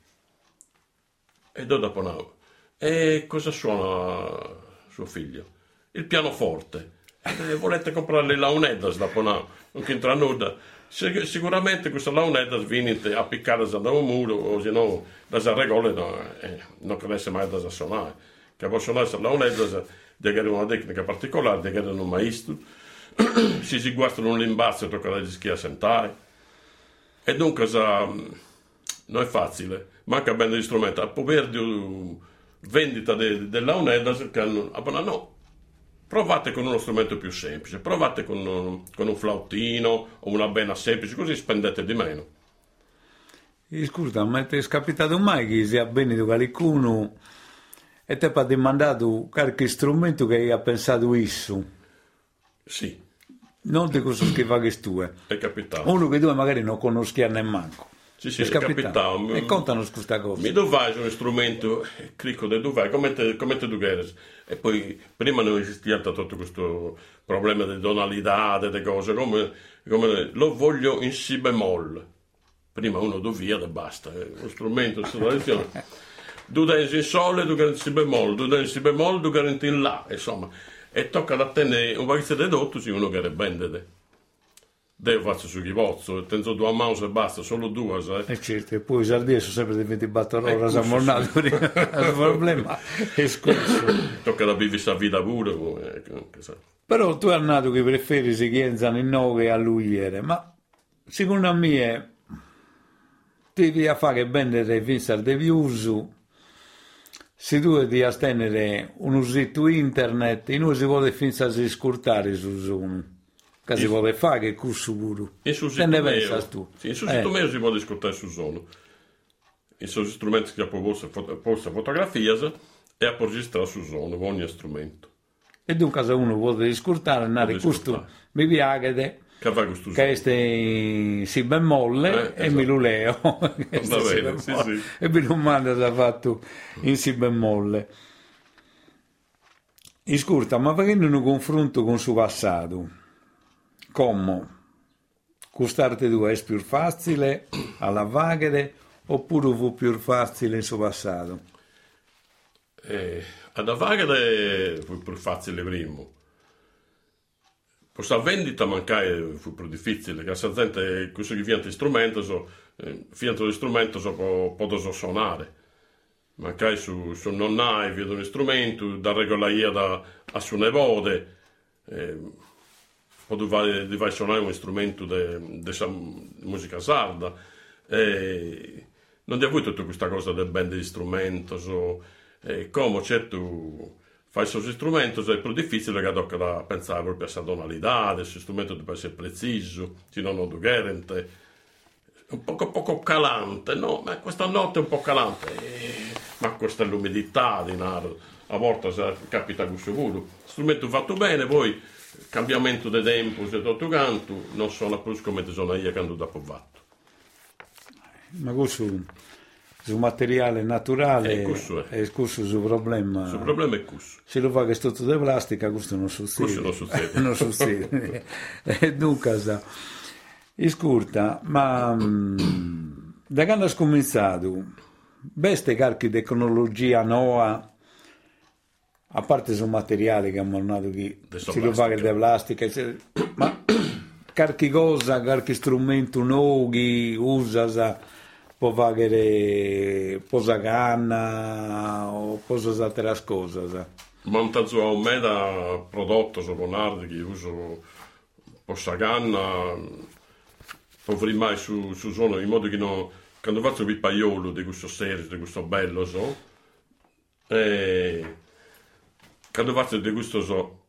E dopo no. E cosa suona suo figlio? Il pianoforte. E volete comprare la un'edda da Ponao? Non che entra nulla. Sic- Sicuramente questa launetta viene a piccare da un muro o se no da regole no, eh, non cresce mai da suonare. Che può suonare la launetta deve avere una tecnica particolare, deve avere un maestro. Se si guastano un limbazzo tocca da schia sentare. E dunque sa, non è facile, manca bene gli strumenti. A poter vendita de- della un'edda che hanno, ah, no. Provate con uno strumento più semplice, provate con un, con un flautino o una bena semplice, così spendete di meno. E scusa, ma ti è capitato mai che sia bene di qualcuno e ti ha demandato qualche strumento che hai pensato isso? Sì, Non di cosa che fa che tu è. è capitato. Uno che tu magari non conosci nemmeno. Sì, sì, è capitato. E contano questa cosa. Mi dovai un strumento, clicco del dovai, come te, come te duveres. E poi prima non esisteva tutto questo problema di tonalità, delle cose, come, come lo voglio in si bemoll. Prima uno dovia e basta, è uno strumento, tradizione. Tu dai in sole, tu garanti in si bemoll, tu dai in si bemoll, tu garanti in la, insomma. E tocca da tenere un paio di dotto, se uno che bende. Devo faccio su chivozzo, tengo due mouse e basta, solo due, sai? E certo, e poi i sardini sono sempre di ventiquattro ore, Ecco, siamo sì, mornati, il problema è scorso. Tocca da vivere questa vita pure, eh, che sa. Però tu hai nato che preferi si chienzano in nove a lui, ma secondo me devi fare bene le vinsar di uso. Se tu devi astenere un sito internet, non si può finire scurtare su Zoom. Che si può fare che curso puro. In su Te sito ne mio, pensi tu? sì, in su Eh. sito mio si può discutere su sono. In sono strumenti che posso posto fotografie e a registrare su sono ogni strumento. E dunque se uno vuole scurtare, andare Può questo discutare. mi piace Che fa questo che è in si bemolle Eh, e esatto. mi lo leo. Va bene, sì, sì. E mi domanda se ha fatto in si bemolle. Ascolta, ma facendo un confronto con il suo passato, come costarte tu è più facile alla vaghere oppure fu più facile in suo passato? Eh, ad avagare fu più facile prima. Questa vendita mancare fu più difficile, che la gente, questo che viene strumento, so, eh, fianco di strumento so, può, può suonare. Mancai su, su non hai, vedo un strumento, da regolaia da, a suo nepote, eh, poi vai, vai suonare un strumento di musica sarda. Eh, non ti ha avuto tutta questa cosa del band di strumento, so, eh, come certo fai il suo strumento, è più difficile che tocca da pensare proprio a tonalità, il suo strumento deve essere preciso, se no non do garante. un poco poco calante, no? Ma questa notte è un po' calante, eh, ma questa è l'umidità di Nardo, a volte se capita questo vuoto. Strumento fatto bene, poi cambiamento di tempo, se tutto canto, non suona più come ti suona io quando dopo fatto. Ma questo su materiale naturale e questo è, è questo il problema. Il problema è questo. Se lo fa che è tutto di plastica, questo non succede. Questo non succede. non succede. E dunque, sa, ascolta, ma mh, da quando hai cominciato, beste carichi di tecnologia nuova, a parte sul materiale che hanno dato chi si lo fa che è di plastica, se, ma carichi cosa, carichi strumento nuovo, usa, sa, può fare posacanna o cose altre cose. Montaggio a un meta prodotto su Bonardi che uso posacanna, poveri mai su, su sono in modo che non, quando faccio il paiolo di questo serio, di questo bello so, e quando faccio di questo so.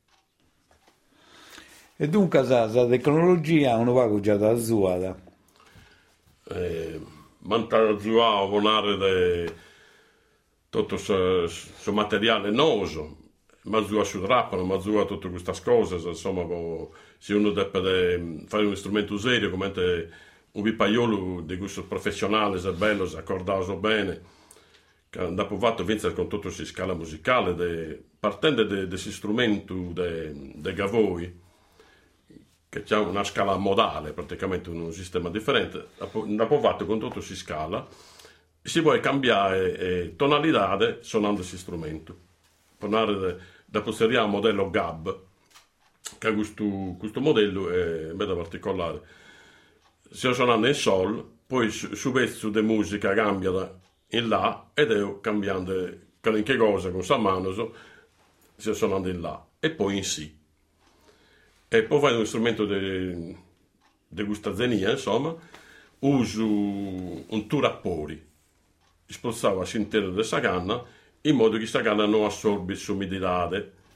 E dunque la tecnologia uno va già da zuada. Eh, Montaggio a vonare de tutto questo materiale noso, ma giù su drappano, ma giù a tutte queste cose, insomma, se uno deve fare un strumento serio, come un vipaiolo di gusto professionale, se è bello, se accordato bene, che dopo fatto vince con tutta questa scala musicale, de, partendo da questo strumento di Gavoi, che c'è una scala modale, praticamente un sistema differente, dopo fatto con tutta questa scala, si vuole cambiare eh, tonalità suonando questo strumento. Dopo seriamo un modello G A B, che questo, questo modello è molto particolare. Si suonando in Sol, poi su, su pezzo di musica cambia in La ed è cambiando qualche cosa con sa mano, so, si suonando in La e poi in Si. E poi fai uno strumento di questa zenia, insomma, uso un turappori. Spostava all'interno della canna in modo che questa canna non assorbi l'umidità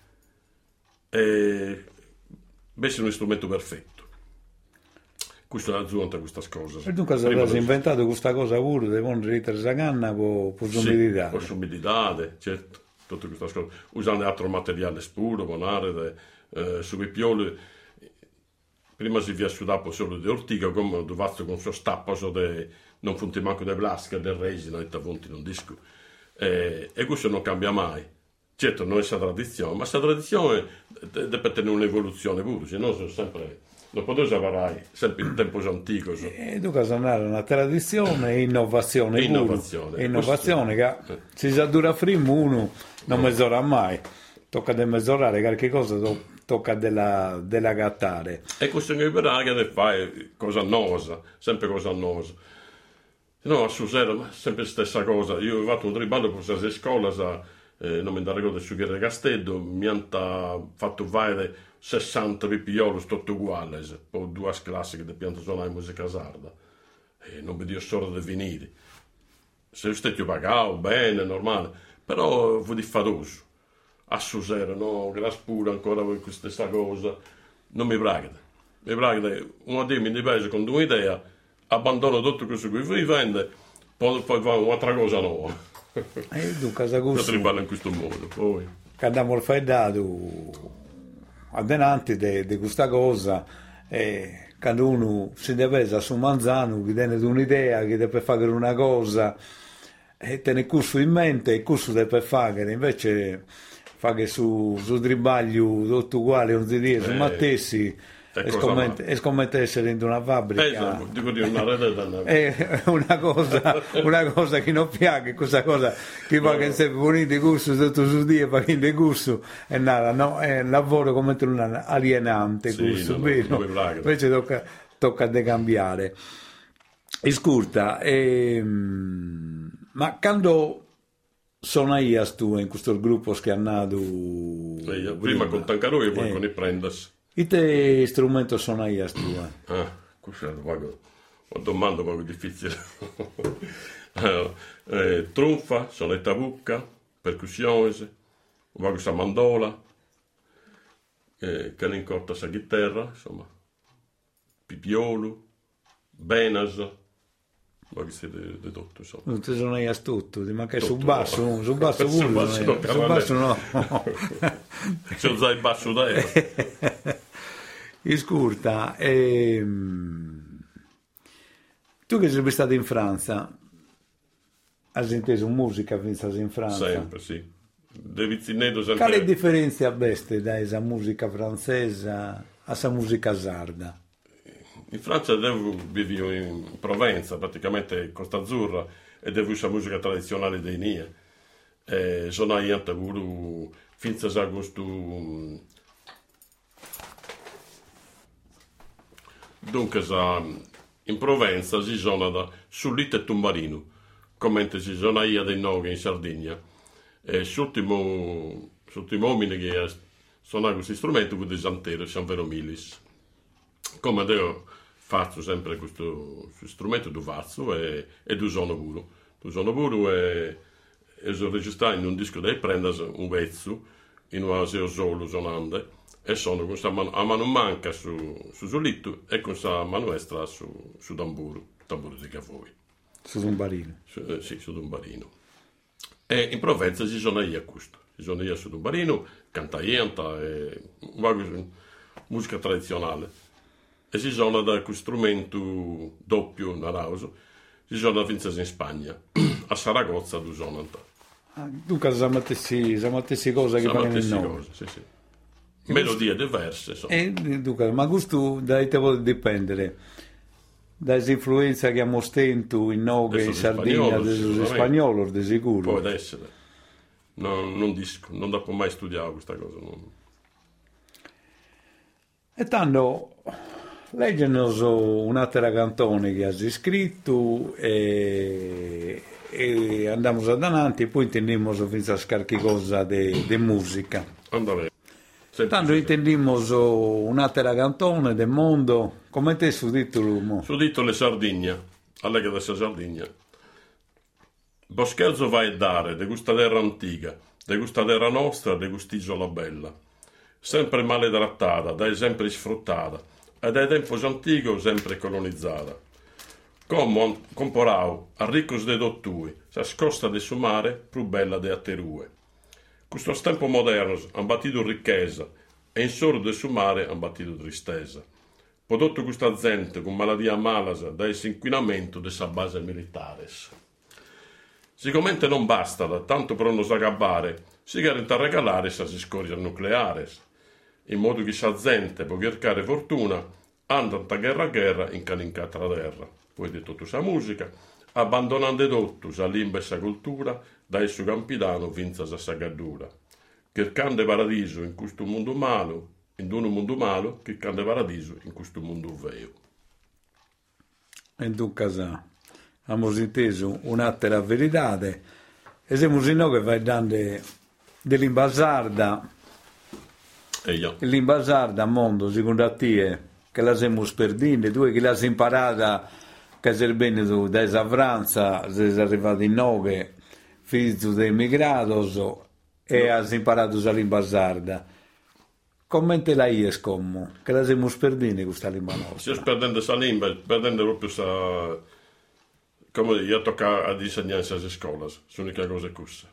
e è un strumento perfetto. Questo è l'aggiunta a questa cosa. E dunque hai inventato questa cosa pure di pondere questa canna con l'umidità? Sì, con l'umidità, certo, tutte queste cose. Usando altro materiale spuro, bonare, eh, sui pioli. Prima si via sudato solo di ortiga, come dovazzo con suo stappo, so de, non funti manco di plastica, del resina, e tapunti non disco. E, e questo non cambia mai. Certo, non è questa tradizione, ma questa tradizione deve tenere un'evoluzione pure, se no sono sempre, non potete avere sempre in tempo antico. So. E dunque sono una tradizione e innovazione. E innovazione. E innovazione che eh. si sa dura frimo uno non no. mezz'ora mai. Tocca di mezz'orare qualche cosa, to- tocca della, della gattare. E questo che per che fai cosa nosa, sempre cosa nosa. No, a Susera, ma sempre la stessa cosa. Io ho fatto un triballo per questa scuola, sa, eh, non mi da ricordo su che era Castello, mi hanno fatto fare sessanta pipioli, tutto uguale, poi due classi che pianta suonare musica sarda. E non mi dio solo di venire. Se io stesso pagavo bene, normale, però fu diffatoso. A Susera, no, grazie pure ancora per questa cosa, non mi pragate. Mi pragate, uno di mi dipende con due idee, abbandono tutto questo che vi vende, poi, poi fa un'altra cosa nuova. E tu casa gusto? Non in questo modo, poi. Che abbiamo dato adenanti di questa cosa, e quando uno si deve su manzano, che tiene un'idea, che deve fare una cosa, e tiene questo in mente, e questo deve fare, invece fa che su, su tribaglio tutto uguale, non si dice, su Mattessi e scommette, e scommette essere in una fabbrica. Esatto, dico di una rete è una cosa, una cosa che non piace, questa cosa che fa che sempre bonito gusto tutto su dia, fa che di gusto è nada, no? È un lavoro come un alienante, sì, gusto, no, vero? No, invece tocca, tocca decambiare. Ascolta, ehm, ma quando suonai tu in questo gruppo scannato prima, prima con Tancarò e poi eh. con i Prendas e te strumento suonai tu eh? Ah, questo è una domanda poco difficile. Allora, eh, trunfa, sonetta bucca, percussioni, questa mandola, eh, che incorta sa chitarra, insomma, pipiolo, Benas, ma che siete di tutto, insomma. Non ti sono io tutto, ti manca Tutto, sul basso, no. sul basso Sul pure, basso no, no, sul basso no. Se usai il basso da Iscurta, ehm, tu che sei stato in Francia, hai inteso musica finché in Francia? Sempre, sì. De Vizzinetto sempre... Quale differenza abbiate da esa musica francese a esa musica sarda? In Francia devo vivo in Provenza, praticamente Costa Azzurra, e devo usare musica tradizionale dei Nie. E sono aiante pure finza a gusto. Dunque, in Provenza si suona da sullite e tumbarino, come si suona io dei nove in Sardegna. E l'ultimo uomini che suona questo strumento con dei santeri, San Vero Milis. Come io faccio sempre questo, questo strumento do faccio e, e do suono pure. Do suono pure e, e sono registrato in un disco dei Prendas un vezzo in una seo solo suonando e sono con questa mano, a mano manca su, su solito e con questa mano estra su, su tamburo, tamburo di cavoi. Su un barino? Su, eh, sì, su un barino. E in Provenza si suona io a questo. Si suona io su un barino, canta ienta e musica tradizionale. E si suona da questo strumento doppio narauso, si suona finché in Spagna, a Saragozza do suona. Ah, dunque samatessi, samatessi cosa che fanno in nome. Sì, sì. Melodie diverse, insomma. E dunque, ma questo da te vuole dipendere dalle influenze che abbiamo stento in Noghe, in Sardegna, dello spagnolo, di sicuro. Può essere. Non, non disco, non dopo mai studiare questa cosa. Non... E tanto... Leggenos un'altra cantone che hai scritto e, e andiamo avanti e poi intendiamo fino a qualche cosa di musica. Andare. Tanto intendiamo un'altra cantone del mondo, come te su titolo? Su titolo Sardegna, allega da Sardegna. Boscherzo vai a dare, de questa terra antica, de questa terra nostra, de quest'isola bella. Sempre maletrattata, dai sempre sfruttata. Ed è tempo antico sempre colonizzata. Come comporau a ricos de dottui, sa scosta de su mare, più bella de atterue. Questo tempo moderno han battito ricchezza e in solo de su mare han battito tristezza. Prodotto questa gente con maladia malasa da esse inquinamento de sa base militares. Sicuramente non basta, da tanto per non sagabbare, si garanta a regalare sa scoria nucleares. In modo che sa gente può cercare fortuna, andano da guerra a guerra in canincata la terra. Poi di tutta sa musica, abbandonando tutto sa limba e sa cultura, dai su campidano vinza sa sagaddura. Cercando paradiso in questo mondo malo, in un mondo malo, cercando paradiso in questo mondo vero. E dunque abbiamo inteso un'altra verità, e siamo in noi che vai dando dell'imbasarda. Eia. L'imbasarda al mondo, secondo te, che la siamo sperdendo, tu che l'hai imparata, che sei bene tu, da Savranza, sei arrivato in Noghe, figlio di immigratos, e no. Hai imparato a l'imbasarda. Come te la ies come? Che la siamo sperdendo questa lingua nostra? Si perdendo questa lingua, perdendo proprio questa... Come io tocca a disegnare queste scuole, l'unica cosa è questa.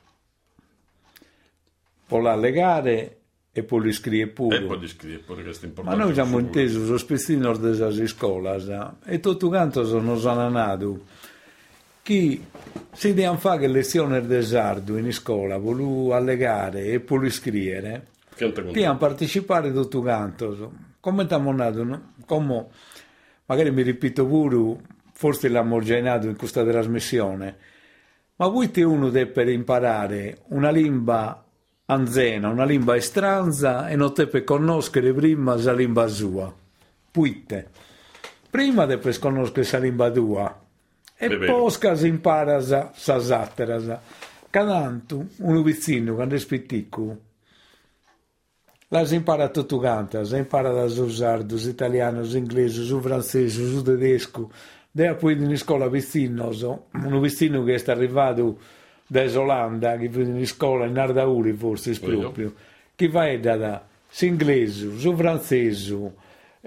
Può la legare... E poi li scrive pure. E poi li scrive pure, questo è importante. Ma noi abbiamo inteso su spessino delle scuole e tutto quanto sono sananato chi si deve fare lezioni del sardo in scuola, vuole allegare e poi scrivere, che hanno partecipato tutto quanto. Come abbiamo nato, no? Come, magari mi ripeto pure, forse l'abbiamo già nato in questa trasmissione, ma voi te uno deve imparare una lingua anzena, una lingua estranza e non deve conoscere prima la lingua sua. Puite. Prima deve conoscere la lingua tua e Beh, poi si impara sa zattera. Cananto, uno vicino, quando è spittico, la si impara tutto quanto, si impara da su sardo, su italiano, su inglese, su francese, su tedesco. Deve poi in scuola vicino, uno vicino che è arrivato da Olanda, che va in scuola in Ardauri forse proprio, che va da su inglese, su francese,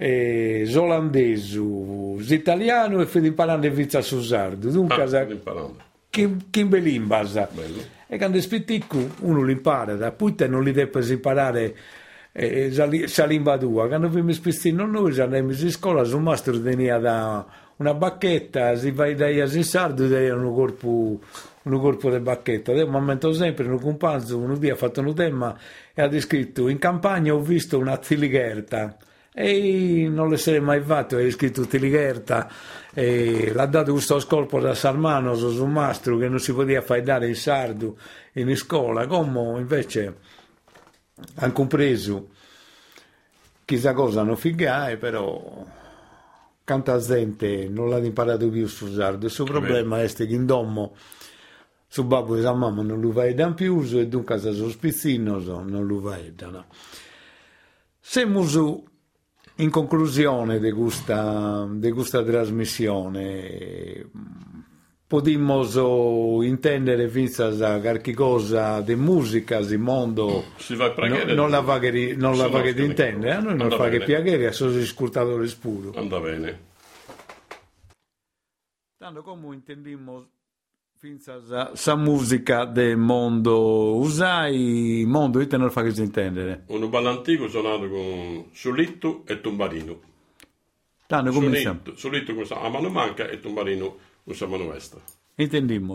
eh, olandese, italiano e fai imparando in vizza su sardo. Dunque, Ah, imparando. che, che bell'imbasa. Bello. E quando è spitticco uno li impara, da poi te non li devi imparare eh, sa lingua tua. Quando abbiamo spistino noi, andiamo in scuola, il mastro tenia da una bacchetta, si vai da in sardo, dai un corpo, un corpo di bacchetta. Io mi ammento sempre, un companzo, un dia ha fatto un tema e ha descritto, in campagna ho visto una ziligherta. E non le sarei mai fatto, hai scritto Tiligherta e l'ha dato questo scolpo da Sarmano su un mastro che non si poteva fare dare in sardo in scuola, come invece hanno compreso chissà cosa non figare, però tanta gente non l'ha imparato più su sardo. Il suo problema è che in domo su babbo e sa mamma non lo vedono più e dunque se sono spizzino non lo vedono. Siamo in conclusione di questa, di questa trasmissione, potremmo intendere finza qualche cosa di musica, di mondo, Si va a pregare. no, non la va che, non la Sì, va no, che sì, di intendere, a noi non anda fa che bene. piacere, a sono ascoltatori spuro. Anda bene. Tanto come intendimmo finza sa, sa musica del mondo usai, mondo io te non fa che si intendere. Un ballo antico suonato con solitto e tombarino. Tanto come siamo, Solitto, solitto con sa- a mano manca e tombarino con sa mano destra. intendimmo.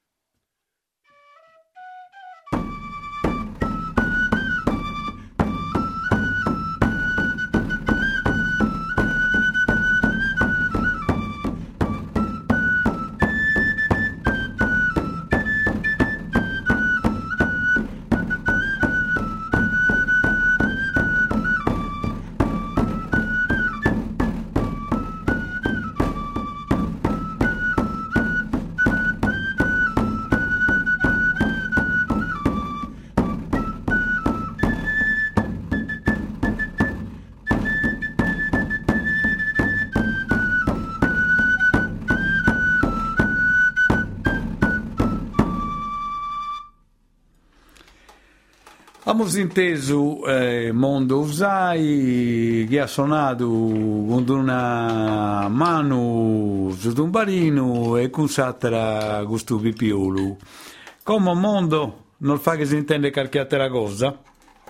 Abbiamo inteso eh, Mondo Usai che ha suonato con una mano su un barino e con s'altra questo pipiolo. Come Mondo non fa che si intende qualche altra cosa?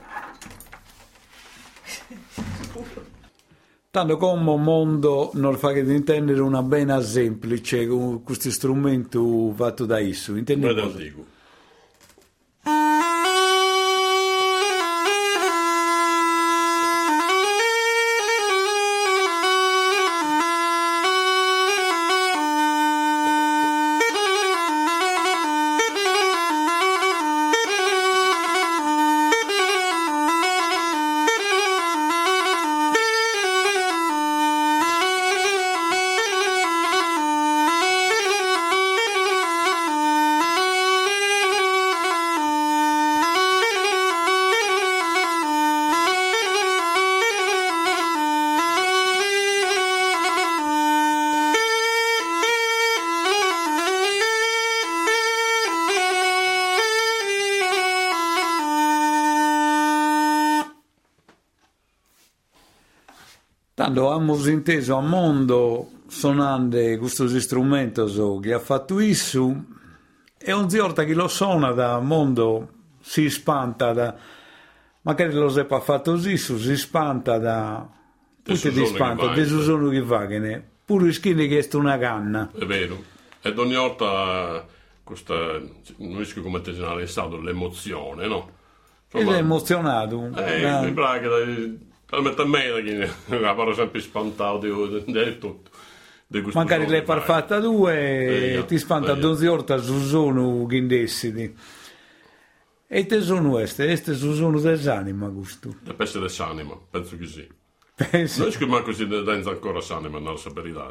Tanto come Mondo non fa che di intendere una bena semplice con questo strumento fatto da esso. Intendi Bello cosa? antico. Tanto abbiamo inteso a Mondo suonando questo strumento che ha fatto isso e ogni volta che lo suona da Mondo si spanta da magari lo sepa fatto isso, si spanta da tutti di spanta, di suono che va che ne pure schiene che è una canna. È vero. Ed ogni volta questa, non riesco come te ne è stato l'emozione, no? Ed è emozionato. Eh, una- mi pare che talmente a me che la parlo sempre spantato di di tutto. Di questo Magari suono l'hai che fai. parfatta due Eh, e ti spanta eh. due volte su sono che indessidi. E te sono queste, queste sono desanima questo. Deve essere sanima, penso che sì. Pensi? Non è che manco si danza ancora sanima, non la verità,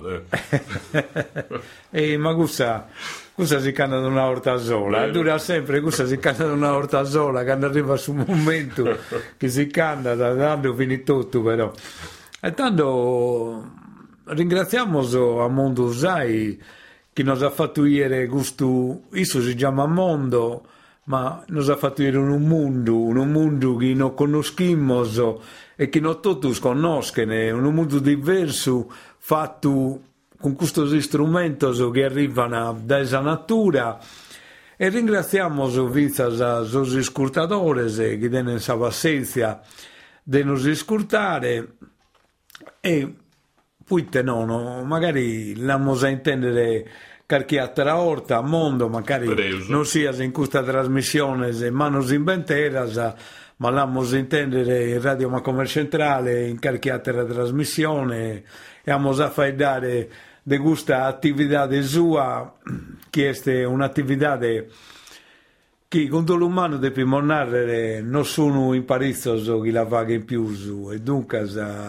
eh. Eh, ma questa, questa si canta da una volta sola, Vero. dura sempre, questa si canta da una volta sola, quando arriva su un momento che si canta, da tanto finito tutto però. E tanto ringraziamo a Mondo Usai che nos ha fatto ieri questo, questo si chiama Mondo, ma nos ha fatto vedere un mondo, un mondo che non conosciamo e che non tutti conoscono, un mondo diverso fatto con questi strumenti che arrivano dalla natura. E ringraziamo vinzas a sos ascoltatori che tenen sa pazienza di nos ascoltare e poi te no, no, magari l'amos a intendere qualche altra volta a mondo, magari Preso. non sia in questa trasmissione Manos Inventeras, ma l'amos a intendere in Radio Macomer Centrale in qualche altra trasmissione e amos a fare dare de questa attività sua, che è un'attività che con l'umano deve narrare non sono in parizzo che la vaga in più e dunque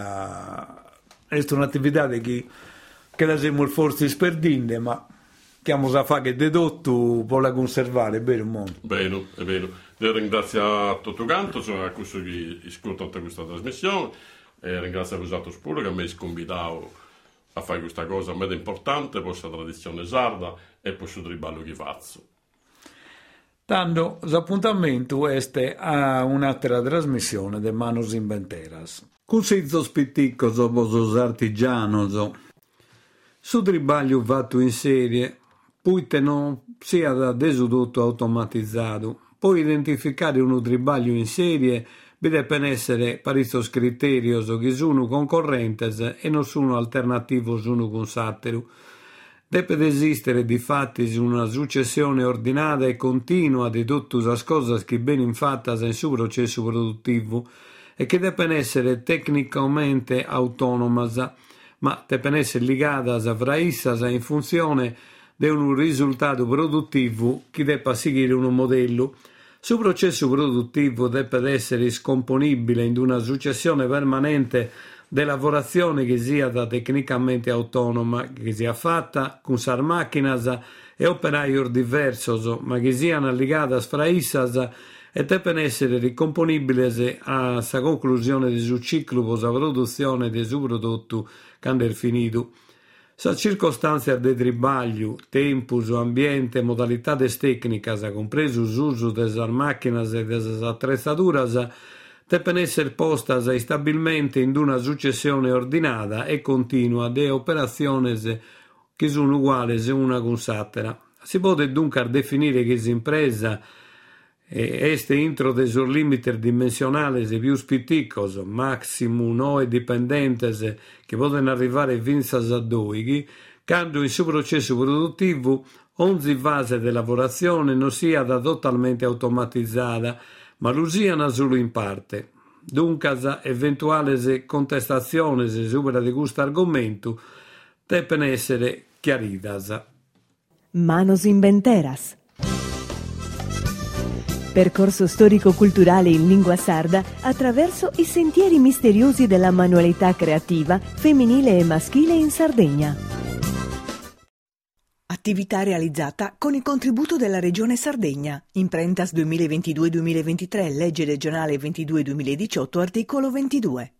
è un'attività che, che la siamo forse sperdinde, ma che abbiamo a fare che dedotto vuole conservare, è vero mondo? Bene, è vero. Io ringrazio a tutto canto, sono a questo che ascolta questa trasmissione e ringrazio a voi pure che mi hai convitato a fare questa cosa, a me è importante, per questa tradizione sarda e per il triballo che faccio. Tanto l'appuntamento è a un'altra trasmissione di Manos Inventeras. Con senso spitticco vosos artigianos, su triballo fatto in serie, poi te non sia da desodotto automatizzato, poi identificare uno triballo in serie vi devono essere parizos criterios che sono concorrentes e non sono alternativos uno con satteru. Deve esistere di fatti una successione ordinata e continua di tutte le cose che vengono fatte in suo processo produttivo e che devono essere tecnicamente autonomas, ma devono essere legate fra esse in funzione di un risultato produttivo che debba seguire un modello. Su processo produttivo deve essere scomponibile in una successione permanente di lavorazione che sia tecnicamente autonoma, che sia fatta con sar macchinas e operai diversi, ma che siano legate fra esse e devono essere ricomponibili a sa conclusione di su ciclo per la produzione di su prodotto quando è finito. Sa circostanza de tribaglio, tempus, ambiente, modalitades tecnicas, compreso l'uso delle macchine e delle attrezzature, devono essere postas stabilmente in una successione ordinata e continua di operazioni che sono uguali una con l'altra. Si può dunque definire che l'impresa este intro de sus limiter dimensionales e più spiticos, maximum o dipendentes che possono arrivare vinzas a due, quando il suo processo produttivo ogni fase di lavorazione non sia da totalmente automatizzata, ma lo siano solo in parte. Dunque, eventuali contestazioni sopra di questo argomento devono essere chiaritas. Manos Inventeras. Percorso storico-culturale in lingua sarda attraverso i sentieri misteriosi della manualità creativa femminile e maschile in Sardegna. Attività realizzata con il contributo della Regione Sardegna. Imprentas duemilaventidue duemilaventitré, legge regionale ventidue duemiladiciotto, articolo ventidue.